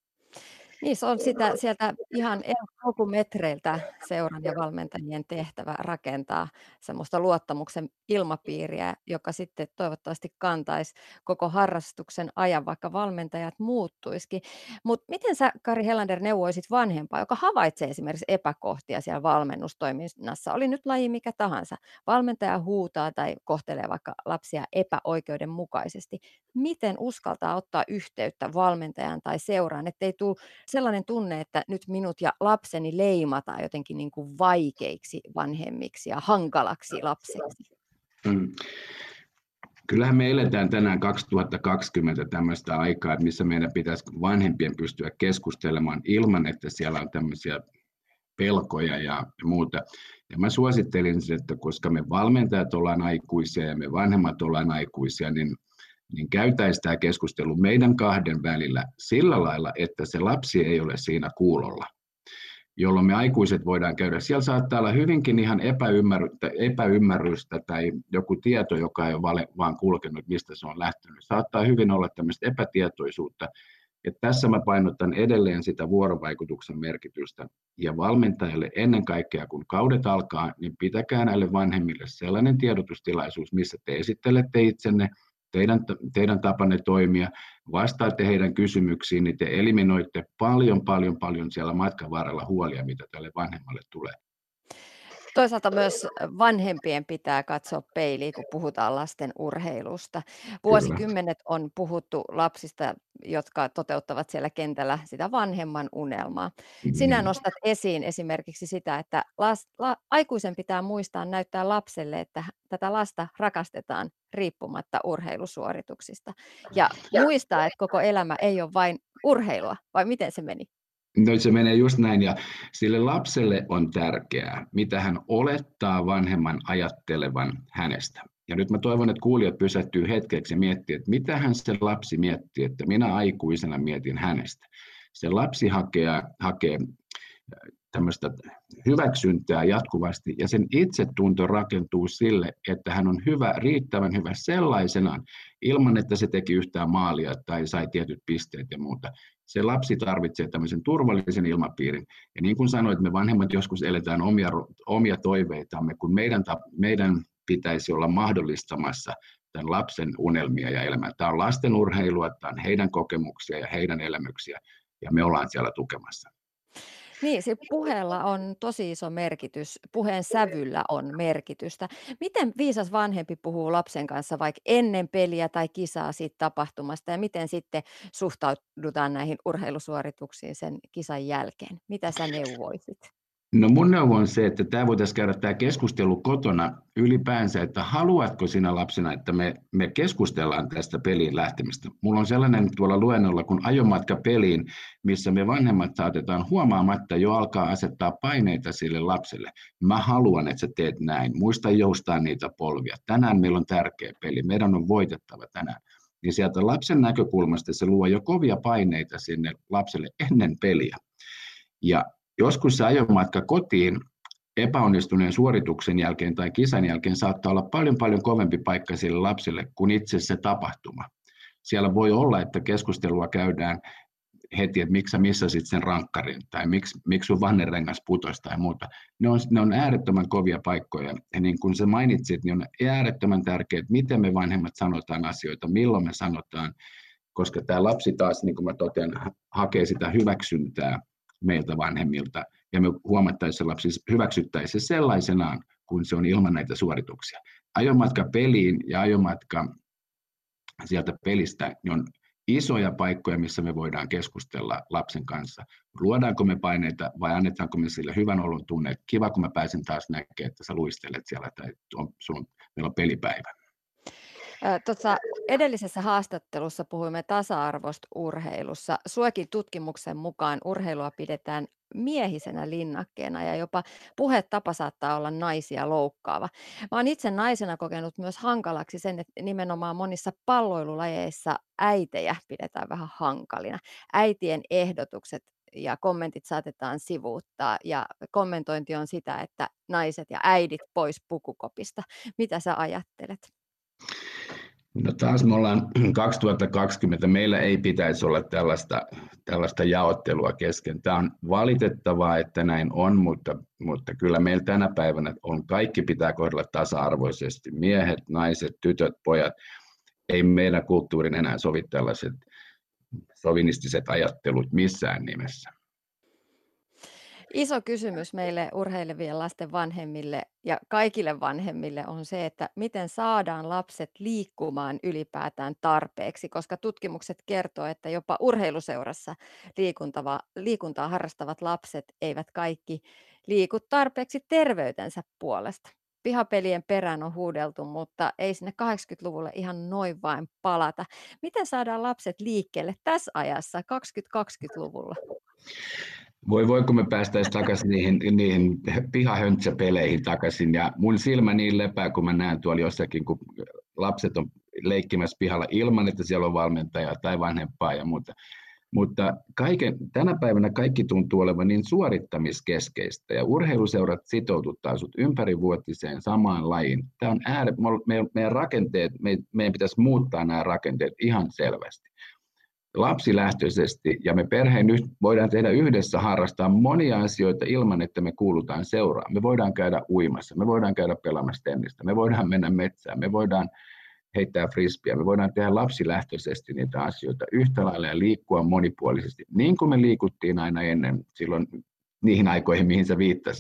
Niin, se on sitä sieltä ihan alkumetreiltä seuran ja valmentajien tehtävä rakentaa semmoista luottamuksen ilmapiiriä, joka sitten toivottavasti kantaisi koko harrastuksen ajan, vaikka valmentajat muuttuisikin. Mutta miten sä, Kari Helander, neuvoisit vanhempaa, joka havaitsee esimerkiksi epäkohtia siellä valmennustoiminnassa, oli nyt laji mikä tahansa, valmentaja huutaa tai kohtelee vaikka lapsia epäoikeudenmukaisesti. Miten uskaltaa ottaa yhteyttä valmentajan tai seuraan, ettei tule sellainen tunne, että nyt minut ja lapseni leimataan jotenkin niin kuin vaikeiksi vanhemmiksi ja hankalaksi lapseksi? Mm. Kyllähän me eletään tänään kaksituhattakaksikymmentä tämmöistä aikaa, missä meidän pitäisi vanhempien pystyä keskustelemaan ilman, että siellä on tämmöisiä pelkoja ja muuta. Ja mä suosittelin, että koska me valmentajat ollaan aikuisia ja me vanhemmat ollaan aikuisia, niin niin käytäisiin tämä keskustelu meidän kahden välillä sillä lailla, että se lapsi ei ole siinä kuulolla, jolloin me aikuiset voidaan käydä. Siellä saattaa olla hyvinkin ihan epäymmärrystä, epäymmärrystä tai joku tieto, joka ei ole vaan kulkenut, mistä se on lähtenyt. Saattaa hyvin olla tämmöistä epätietoisuutta. Ja tässä mä painotan edelleen sitä vuorovaikutuksen merkitystä. Ja valmentajalle ennen kaikkea, kun kaudet alkaa, niin pitäkää näille vanhemmille sellainen tiedotustilaisuus, missä te esittelette itsenne, Teidän, teidän tapanne toimia, vastaatte heidän kysymyksiin, niin te eliminoitte paljon, paljon, paljon siellä matkan varrella huolia, mitä tälle vanhemmalle tulee. Toisaalta myös vanhempien pitää katsoa peiliin, kun puhutaan lasten urheilusta. Vuosikymmenet on puhuttu lapsista, jotka toteuttavat siellä kentällä sitä vanhemman unelmaa. Sinä Mm. nostat esiin esimerkiksi sitä, että las, la, aikuisen pitää muistaa näyttää lapselle, että tätä lasta rakastetaan riippumatta urheilusuorituksista. Ja muistaa, että koko elämä ei ole vain urheilua, vai miten se meni? No, se menee just näin, ja sille lapselle on tärkeää, mitä hän olettaa vanhemman ajattelevan hänestä. Ja nyt mä toivon, että kuulijat pysähtyy hetkeksi ja miettii, että mitä hän se lapsi miettii, että minä aikuisena mietin hänestä. Se lapsi hakee, hakee tämmöistä hyväksyntää jatkuvasti, ja sen itsetunto rakentuu sille, että hän on hyvä, riittävän hyvä sellaisenaan, ilman että se teki yhtään maalia tai sai tietyt pisteet ja muuta. Se lapsi tarvitsee tämmöisen turvallisen ilmapiirin. Ja niin kuin sanoit, me vanhemmat joskus eletään omia, omia toiveitamme, kun meidän, meidän pitäisi olla mahdollistamassa tämän lapsen unelmia ja elämää. Tämä on lasten urheilua, tämä on heidän kokemuksia ja heidän elämyksiä, ja me ollaan siellä tukemassa. Niin, se puheella on tosi iso merkitys, puheen sävyllä on merkitystä. Miten viisas vanhempi puhuu lapsen kanssa vaikka ennen peliä tai kisaa siitä tapahtumasta, ja miten sitten suhtaudutaan näihin urheilusuorituksiin sen kisan jälkeen? Mitä sä neuvoisit? No mun neuvo on se, että tämä voitaisiin käydä tämä keskustelu kotona ylipäänsä, että haluatko sinä lapsena, että me, me keskustellaan tästä peliin lähtemistä. Mulla on sellainen tuolla luennolla kuin ajomatka peliin, missä me vanhemmat saatetaan huomaamatta jo alkaa asettaa paineita sille lapselle. Mä haluan, että sä teet näin. Muista joustaa niitä polvia. Tänään meillä on tärkeä peli. Meidän on voitettava tänään. Niin sieltä lapsen näkökulmasta se luo jo kovia paineita sinne lapselle ennen peliä. Ja joskus se ajomatka kotiin epäonnistuneen suorituksen jälkeen tai kisan jälkeen saattaa olla paljon paljon kovempi paikka sille lapselle kuin itse se tapahtuma. Siellä voi olla, että keskustelua käydään heti, että miksi sä missasit sen rankkarin tai miksi, miksi sun vannerengas putosi tai muuta. Ne on, ne on äärettömän kovia paikkoja, ja niin kuin sä mainitsit, niin on äärettömän tärkeää, että miten me vanhemmat sanotaan asioita, milloin me sanotaan, koska tämä lapsi taas, niin kuin mä totean, hakee sitä hyväksyntää meiltä vanhemmilta, ja me huomattaisiin, että lapsi hyväksyttäisiin sellaisenaan, kun se on ilman näitä suorituksia. Ajomatka peliin ja ajomatka sieltä pelistä niin on isoja paikkoja, missä me voidaan keskustella lapsen kanssa. Luodaanko me paineita vai annetaanko me sille hyvän olon tunne, että kiva, kun mä pääsen taas näkemään, että sä luistelet siellä tai on, sun, meillä on pelipäivä. Tuossa edellisessä haastattelussa puhuimme tasa-arvosta urheilussa. Suokin tutkimuksen mukaan urheilua pidetään miehisenä linnakkeena ja jopa puhetapa saattaa olla naisia loukkaava. Mä oon itse naisena kokenut myös hankalaksi sen, että nimenomaan monissa palloilulajeissa äitejä pidetään vähän hankalina. Äitien ehdotukset ja kommentit saatetaan sivuuttaa ja kommentointi on sitä, että naiset ja äidit pois pukukopista. Mitä sä ajattelet? No taas me ollaan kaksituhattakaksikymmentä, meillä ei pitäisi olla tällaista, tällaista jaottelua kesken. Tämä on valitettavaa, että näin on, mutta, mutta kyllä meillä tänä päivänä on, kaikki pitää kohdella tasa-arvoisesti. Miehet, naiset, tytöt, pojat. Ei meidän kulttuurin enää sovi tällaiset sovinistiset ajattelut missään nimessä. Iso kysymys meille urheilevien lasten vanhemmille ja kaikille vanhemmille on se, että miten saadaan lapset liikkumaan ylipäätään tarpeeksi, koska tutkimukset kertoo, että jopa urheiluseurassa liikuntaa harrastavat lapset eivät kaikki liiku tarpeeksi terveytensä puolesta. Pihapelien perään on huudeltu, mutta ei sinne kahdeksankymmentäluvulle ihan noin vain palata. Miten saadaan lapset liikkeelle tässä ajassa kaksituhattakaksikymmentäluvulla? Voi voi, kun me päästäisiin takaisin niihin, niihin pihahöntsäpeleihin takaisin, ja mun silmä niin lepää, kun mä näen tuolla jossakin, kun lapset on leikkimässä pihalla ilman, että siellä on valmentajaa tai vanhempaa ja muuta. Mutta kaiken, tänä päivänä kaikki tuntuu olevan niin suorittamiskeskeistä, ja urheiluseurat sitoututtaa sut ympärivuotiseen samaan lajiin. Tämä on ääre, meidän rakenteet, meidän pitäisi muuttaa nämä rakenteet ihan selvästi. Lapsilähtöisesti, ja me perheen voidaan tehdä yhdessä, harrastaa monia asioita ilman, että me kuulutaan seuraan. Me voidaan käydä uimassa, me voidaan käydä pelaamassa tennistä, me voidaan mennä metsään, me voidaan heittää frisbeä, me voidaan tehdä lapsilähtöisesti niitä asioita yhtä lailla ja liikkua monipuolisesti, niin kuin me liikuttiin aina ennen silloin niihin aikoihin, mihin sä viittasit.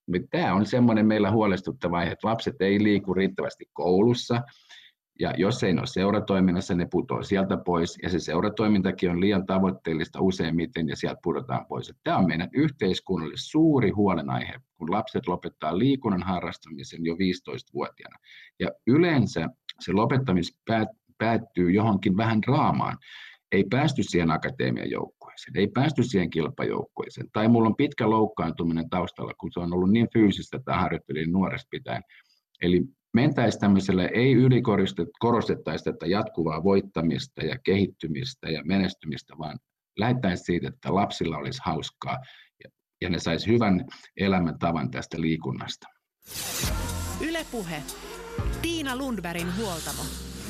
Tämä on semmoinen meillä huolestuttava aihe, että lapset ei liiku riittävästi koulussa, ja jos ei ne ole seuratoiminnassa, ne putoaa sieltä pois, ja se seuratoimintakin on liian tavoitteellista useimmiten, ja sieltä pudotaan pois. Tämä on meidän yhteiskunnalle suuri huolenaihe, kun lapset lopettaa liikunnan harrastamisen jo viisitoistavuotiaana. Ja yleensä se lopettamis päättyy johonkin vähän draamaan. Ei päästy siihen akatemian joukkueeseen, ei päästy siihen kilpajoukkueeseen, tai mulla on pitkä loukkaantuminen taustalla, kun se on ollut niin fyysistä, että harjoittelin nuoresta pitäen. Eli mentäisiin tämmöiselle, ei ylikorostettaisi tätä jatkuvaa voittamista ja kehittymistä ja menestymistä, vaan lähdettäisiin siitä, että lapsilla olisi hauskaa ja, ja ne saisi hyvän elämäntavan tästä liikunnasta. Yle Puhe. Tiina Lundbergin huoltamo.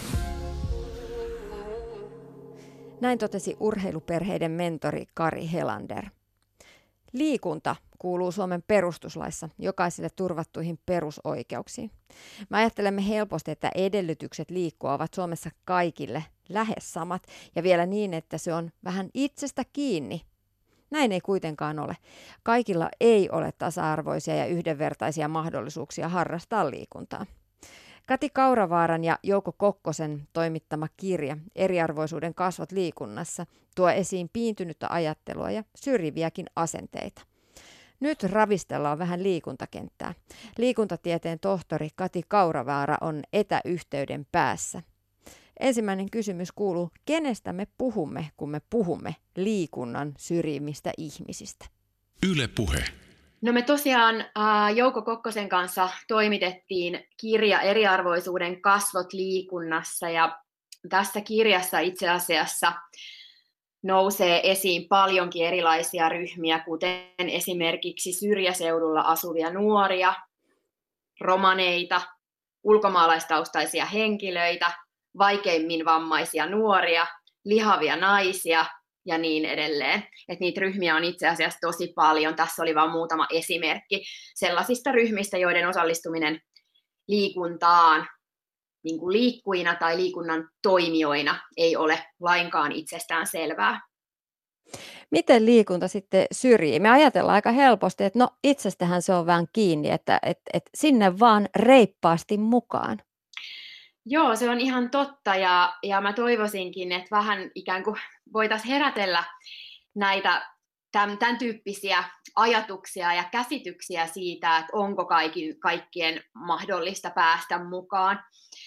Näin totesi urheiluperheiden mentori Kari Helander. Liikunta kuuluu Suomen perustuslaissa jokaiselle turvattuihin perusoikeuksiin. Me ajattelemme helposti, että edellytykset liikkua ovat Suomessa kaikille lähes samat ja vielä niin, että se on vähän itsestä kiinni. Näin ei kuitenkaan ole. Kaikilla ei ole tasa-arvoisia ja yhdenvertaisia mahdollisuuksia harrastaa liikuntaa. Kati Kauravaaran ja Jouko Kokkosen toimittama kirja Eriarvoisuuden kasvot liikunnassa tuo esiin piintynyttä ajattelua ja syrjiviäkin asenteita. Nyt ravistellaan vähän liikuntakenttää. Liikuntatieteen tohtori Kati Kauravaara on etäyhteyden päässä. Ensimmäinen kysymys kuuluu, kenestä me puhumme, kun me puhumme liikunnan syrjimistä ihmisistä? Yle Puhe. No me tosiaan äh, Jouko Kokkosen kanssa toimitettiin kirja Eriarvoisuuden kasvot liikunnassa, ja tässä kirjassa itse asiassa nousee esiin paljonkin erilaisia ryhmiä, kuten esimerkiksi syrjäseudulla asuvia nuoria, romaneita, ulkomaalaistaustaisia henkilöitä, vaikeimmin vammaisia nuoria, lihavia naisia ja niin edelleen. Et niitä ryhmiä on itse asiassa tosi paljon. Tässä oli vain muutama esimerkki sellaisista ryhmistä, joiden osallistuminen liikuntaan niin kuin liikkujina tai liikunnan toimijoina ei ole lainkaan itsestään selvää. Miten liikunta sitten syrjii? Me ajatellaan aika helposti, että no itsestähän se on vähän kiinni, että, että, että sinne vaan reippaasti mukaan. Joo, se on ihan totta, ja, ja mä toivoisinkin, että vähän ikään kuin voitaisiin herätellä näitä tämän, tämän tyyppisiä ajatuksia ja käsityksiä siitä, että onko kaikki, kaikkien mahdollista päästä mukaan.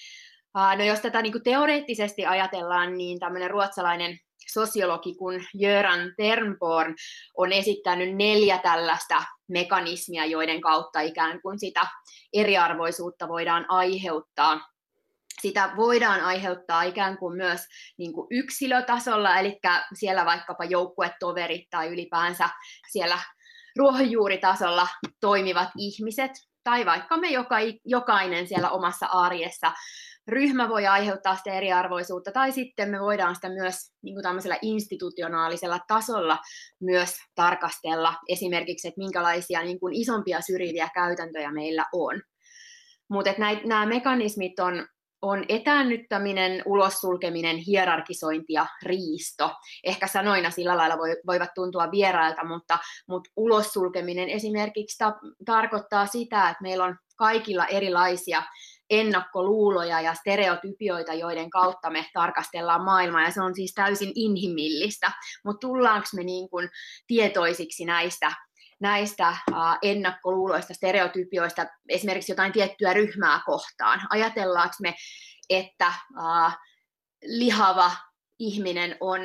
No jos tätä niin kuin teoreettisesti ajatellaan, niin tämmöinen ruotsalainen sosiologi kuin Göran Ternborn on esittänyt neljä tällaista mekanismia, joiden kautta ikään kuin sitä eriarvoisuutta voidaan aiheuttaa. Sitä voidaan aiheuttaa ikään kuin myös niin kuin yksilötasolla, eli siellä vaikkapa joukkuetoverit tai ylipäänsä siellä ruohonjuuritasolla toimivat ihmiset, tai vaikka me joka, jokainen siellä omassa arjessa. Ryhmä voi aiheuttaa sitä eriarvoisuutta, tai sitten me voidaan sitä myös niin kuin tämmöisellä institutionaalisella tasolla myös tarkastella, esimerkiksi, että minkälaisia niin kuin isompia syrjiviä käytäntöjä meillä on. Mutta nämä mekanismit on on etäännyttäminen, ulossulkeminen, hierarkisointi ja riisto. Ehkä sanoina sillä lailla voivat tuntua vierailta, mutta, mutta ulossulkeminen esimerkiksi ta- tarkoittaa sitä, että meillä on kaikilla erilaisia ennakkoluuloja ja stereotypioita, joiden kautta me tarkastellaan maailmaa, ja se on siis täysin inhimillistä. Mutta tullaanko me niin kuin tietoisiksi näistä näistä uh, ennakkoluuloista, stereotypioista, esimerkiksi jotain tiettyä ryhmää kohtaan? Ajatellaanko me, että uh, lihava ihminen on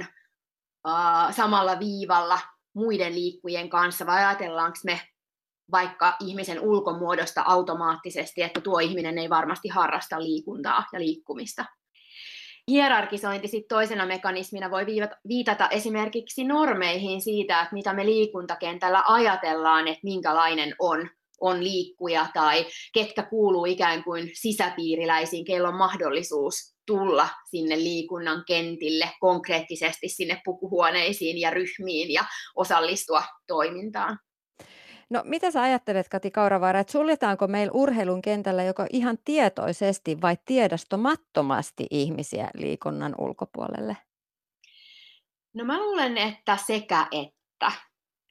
uh, samalla viivalla muiden liikkujien kanssa, vai ajatellaanko me vaikka ihmisen ulkomuodosta automaattisesti, että tuo ihminen ei varmasti harrasta liikuntaa ja liikkumista? Hierarkisointi sitten toisena mekanismina voi viitata esimerkiksi normeihin siitä, että mitä me liikuntakentällä ajatellaan, että minkälainen on, on liikkuja tai ketkä kuuluu ikään kuin sisäpiiriläisiin, keillä on mahdollisuus tulla sinne liikunnan kentille konkreettisesti sinne pukuhuoneisiin ja ryhmiin ja osallistua toimintaan. No mitä sä ajattelet, Kati Kauravaara, että suljetaanko meillä urheilun kentällä joko ihan tietoisesti vai tiedostamattomasti ihmisiä liikunnan ulkopuolelle? No mä luulen, että sekä että.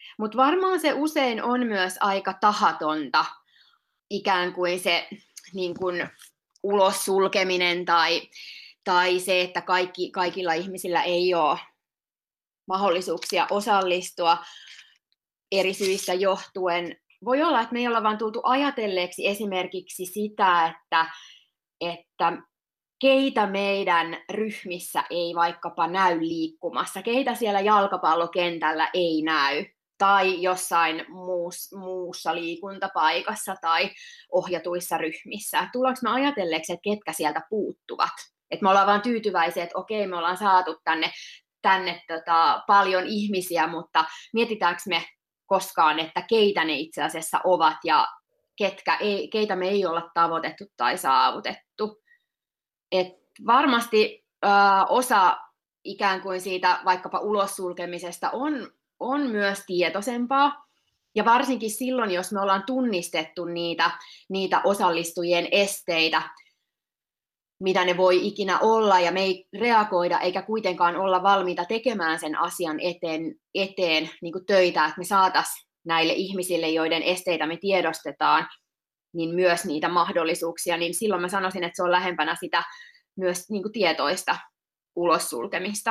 Mutta varmaan se usein on myös aika tahatonta, ikään kuin se niin kuin ulos sulkeminen tai, tai se, että kaikki, kaikilla ihmisillä ei ole mahdollisuuksia osallistua eri syistä johtuen. Voi olla, että me ei olla vaan tultu ajatelleeksi esimerkiksi sitä, että, että keitä meidän ryhmissä ei vaikkapa näy liikkumassa, keitä siellä jalkapallokentällä ei näy, tai jossain muus, muussa liikuntapaikassa tai ohjatuissa ryhmissä. Tullaanko me ajatelleeksi, että ketkä sieltä puuttuvat? Että me ollaan vaan tyytyväisiä, että okei, me ollaan saatu tänne, tänne tota, paljon ihmisiä, mutta mietitäänkö me koskaan, että keitä ne itse asiassa ovat ja ketkä ei, keitä me ei olla tavoitettu tai saavutettu. Et varmasti ö, osa ikään kuin siitä vaikkapa ulos sulkemisesta on, on myös tietoisempaa. Ja varsinkin silloin, jos me ollaan tunnistettu niitä, niitä osallistujien esteitä, mitä ne voi ikinä olla, ja me ei reagoida eikä kuitenkaan olla valmiita tekemään sen asian eteen, eteen niin kuin töitä, että me saataisiin näille ihmisille, joiden esteitä me tiedostetaan, niin myös niitä mahdollisuuksia, niin silloin mä sanoisin, että se on lähempänä sitä myös niin kuin tietoista ulos sulkemista.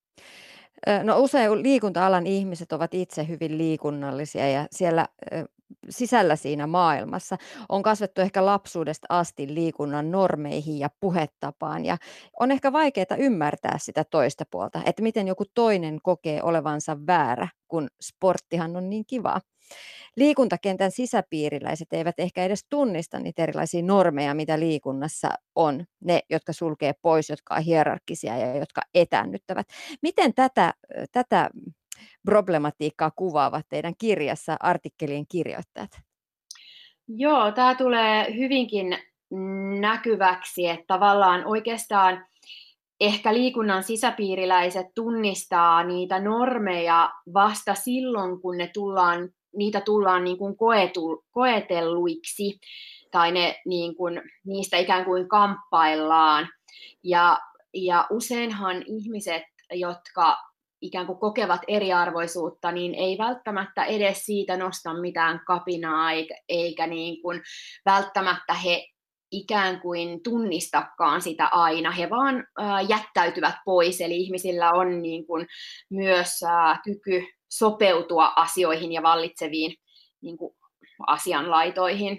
No usein liikunta-alan ihmiset ovat itse hyvin liikunnallisia ja siellä sisällä siinä maailmassa on kasvettu ehkä lapsuudesta asti liikunnan normeihin ja puhetapaan ja on ehkä vaikeaa ymmärtää sitä toista puolta, että miten joku toinen kokee olevansa väärä, kun sporttihan on niin kivaa. Liikuntakentän sisäpiiriläiset eivät ehkä edes tunnista niitä erilaisia normeja, mitä liikunnassa on, ne, jotka sulkee pois, jotka on hierarkkisia ja jotka etäännyttävät. Miten tätä, tätä problematiikkaa kuvaavat teidän kirjassa artikkelien kirjoittajat? Joo, tämä tulee hyvinkin näkyväksi, että tavallaan oikeastaan ehkä liikunnan sisäpiiriläiset tunnistaa niitä normeja vasta silloin, kun ne tullaan, niitä tullaan niin kuin koetu, koetelluiksi tai ne, niin kuin, niistä ikään kuin kamppaillaan. Ja, ja useinhan ihmiset, jotka ikään kuin kokevat eriarvoisuutta, niin ei välttämättä edes siitä nosta mitään kapinaa, eikä, eikä niin kuin välttämättä he ikään kuin tunnistakaan sitä aina. He vaan äh, jättäytyvät pois, eli ihmisillä on niin kuin myös äh, kyky sopeutua asioihin ja vallitseviin niin kuin asianlaitoihin.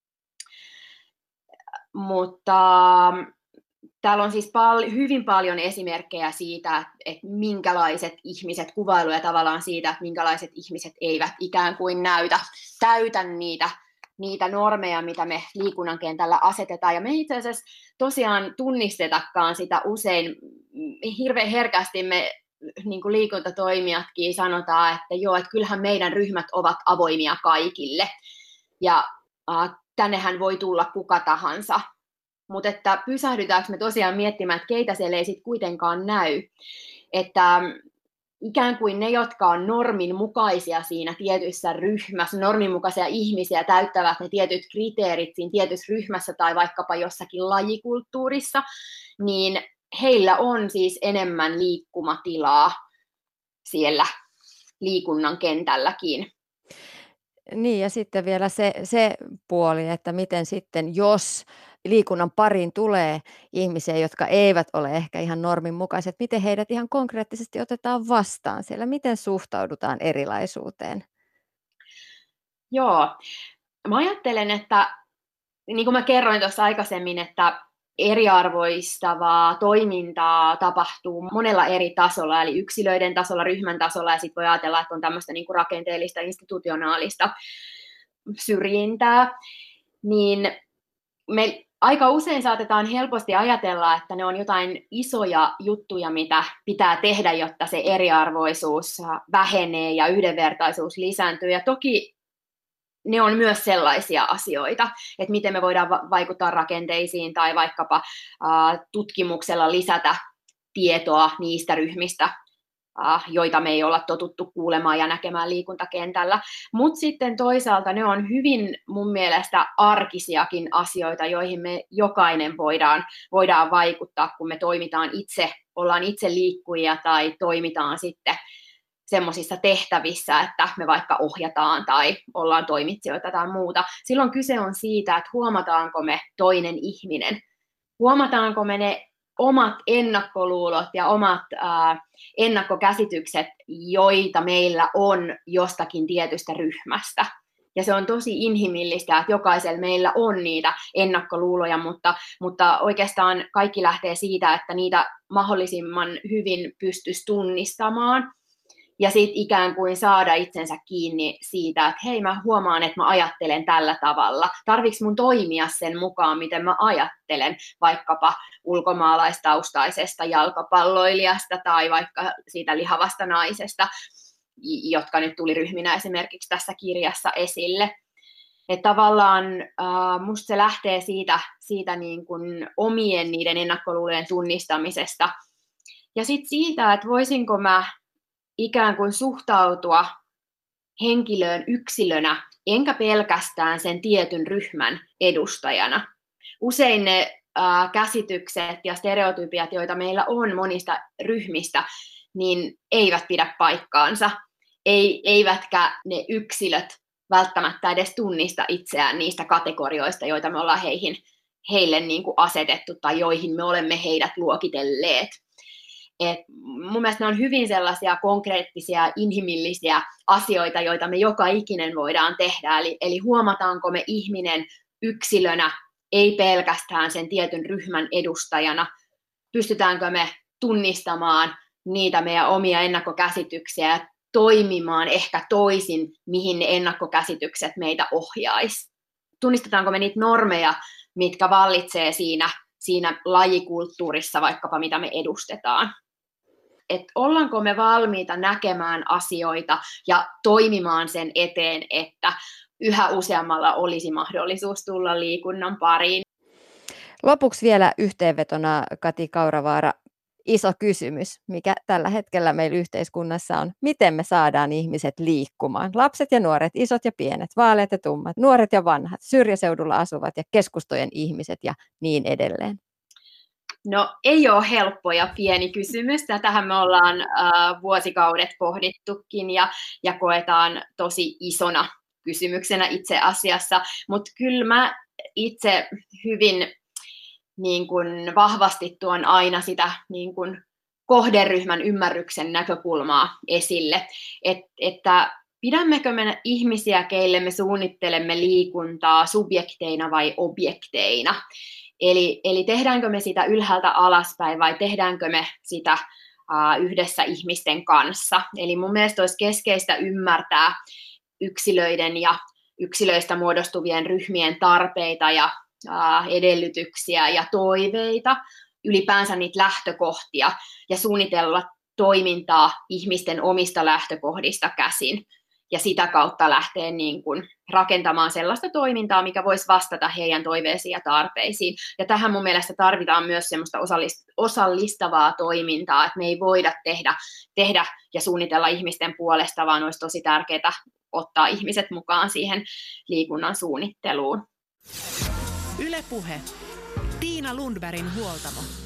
Mutta täällä on siis pal- hyvin paljon esimerkkejä siitä, että minkälaiset ihmiset, kuvailuja tavallaan siitä, että minkälaiset ihmiset eivät ikään kuin näytä, täytä niitä, niitä normeja, mitä me liikunnan kentällä asetetaan. Ja me ei itse asiassa tosiaan tunnistetakaan sitä usein. Hirveän herkästi me niin kuin liikuntatoimijatkin sanotaan, että joo, että kyllähän meidän ryhmät ovat avoimia kaikille. Ja äh, tännehän voi tulla kuka tahansa. Mutta että pysähdytäänkö me tosiaan miettimään, että keitä siellä ei sitten kuitenkaan näy. Että ikään kuin ne, jotka on normin mukaisia siinä tietyssä ryhmässä, normin mukaisia ihmisiä, täyttävät ne tietyt kriteerit siinä tietyssä ryhmässä tai vaikkapa jossakin lajikulttuurissa, niin heillä on siis enemmän liikkumatilaa siellä liikunnan kentälläkin. Niin ja sitten vielä se, se puoli, että miten sitten jos liikunnan pariin tulee ihmisiä, jotka eivät ole ehkä ihan normin mukaiset, miten heidät ihan konkreettisesti otetaan vastaan siellä, miten suhtaudutaan erilaisuuteen? Joo, mä ajattelen, että niin kuin mä kerroin tuossa aikaisemmin, että eriarvoistavaa toimintaa tapahtuu monella eri tasolla, eli yksilöiden tasolla, ryhmän tasolla, ja sitten voi ajatella, että on tämmöistä niin kuin rakenteellista, institutionaalista syrjintää, niin me aika usein saatetaan helposti ajatella, että ne on jotain isoja juttuja, mitä pitää tehdä, jotta se eriarvoisuus vähenee ja yhdenvertaisuus lisääntyy, ja toki ne on myös sellaisia asioita, että miten me voidaan vaikuttaa rakenteisiin tai vaikkapa tutkimuksella lisätä tietoa niistä ryhmistä, joita me ei olla totuttu kuulemaan ja näkemään liikuntakentällä. Mutta sitten toisaalta ne on hyvin mun mielestä arkisiakin asioita, joihin me jokainen voidaan, voidaan vaikuttaa, kun me toimitaan itse, ollaan itse liikkujia tai toimitaan sitten semmoisissa tehtävissä, että me vaikka ohjataan tai ollaan toimitsijoita tai muuta. Silloin kyse on siitä, että huomataanko me toinen ihminen, huomataanko me ne omat ennakkoluulot ja omat ää, ennakkokäsitykset, joita meillä on jostakin tietystä ryhmästä. Ja se on tosi inhimillistä, että jokaisella meillä on niitä ennakkoluuloja, mutta, mutta oikeastaan kaikki lähtee siitä, että niitä mahdollisimman hyvin pystyisi tunnistamaan. Ja sitten ikään kuin saada itsensä kiinni siitä, että hei, mä huomaan, että mä ajattelen tällä tavalla. Tarviiko mun toimia sen mukaan, miten mä ajattelen vaikkapa ulkomaalaistaustaisesta jalkapalloilijasta tai vaikka siitä lihavasta naisesta, jotka nyt tuli ryhminä esimerkiksi tässä kirjassa esille. Että tavallaan äh, musta se lähtee siitä, siitä niin kuin omien niiden ennakkoluulojen tunnistamisesta. Ja sitten siitä, että voisinko mä ikään kuin suhtautua henkilöön yksilönä, enkä pelkästään sen tietyn ryhmän edustajana. Usein ne äh, käsitykset ja stereotypiat, joita meillä on monista ryhmistä, niin eivät pidä paikkaansa. Ei, eivätkä ne yksilöt välttämättä edes tunnista itseään niistä kategorioista, joita me ollaan heihin, heille niin kuin asetettu tai joihin me olemme heidät luokitelleet. Et mun mielestä ne on hyvin sellaisia konkreettisia, inhimillisiä asioita, joita me joka ikinen voidaan tehdä. Eli, eli huomataanko me ihminen yksilönä, ei pelkästään sen tietyn ryhmän edustajana. Pystytäänkö me tunnistamaan niitä meidän omia ennakkokäsityksiä ja toimimaan ehkä toisin, mihin ne ennakkokäsitykset meitä ohjaisi. Tunnistetaanko me niitä normeja, mitkä vallitsee siinä, siinä lajikulttuurissa, vaikkapa mitä me edustetaan. Et ollaanko me valmiita näkemään asioita ja toimimaan sen eteen, että yhä useammalla olisi mahdollisuus tulla liikunnan pariin. Lopuksi vielä yhteenvetona, Kati Kauravaara, iso kysymys, mikä tällä hetkellä meillä yhteiskunnassa on. Miten me saadaan ihmiset liikkumaan? Lapset ja nuoret, isot ja pienet, vaaleat ja tummat, nuoret ja vanhat, syrjäseudulla asuvat ja keskustojen ihmiset ja niin edelleen. No ei ole helppo ja pieni kysymys. Tätähän me ollaan äh, vuosikaudet pohdittukin ja, ja koetaan tosi isona kysymyksenä itse asiassa. Mutta kyllä mä itse hyvin niin kun vahvasti tuon aina sitä niin kun kohderyhmän ymmärryksen näkökulmaa esille, Et, että pidämmekö me ihmisiä, keille me suunnittelemme liikuntaa subjekteina vai objekteina. Eli, eli tehdäänkö me sitä ylhäältä alaspäin vai tehdäänkö me sitä uh, yhdessä ihmisten kanssa. Eli mun mielestä olisi keskeistä ymmärtää yksilöiden ja yksilöistä muodostuvien ryhmien tarpeita ja uh, edellytyksiä ja toiveita, ylipäänsä niitä lähtökohtia ja suunnitella toimintaa ihmisten omista lähtökohdista käsin. Ja sitä kautta lähteä niin kuin rakentamaan sellaista toimintaa, mikä voisi vastata heidän toiveisiin ja tarpeisiin. Ja tähän mun mielestä tarvitaan myös semmoista osallistavaa toimintaa, että me ei voida tehdä, tehdä ja suunnitella ihmisten puolesta, vaan olisi tosi tärkeää ottaa ihmiset mukaan siihen liikunnan suunnitteluun. Yle Puhe. Tiina Lundbergin huoltamo.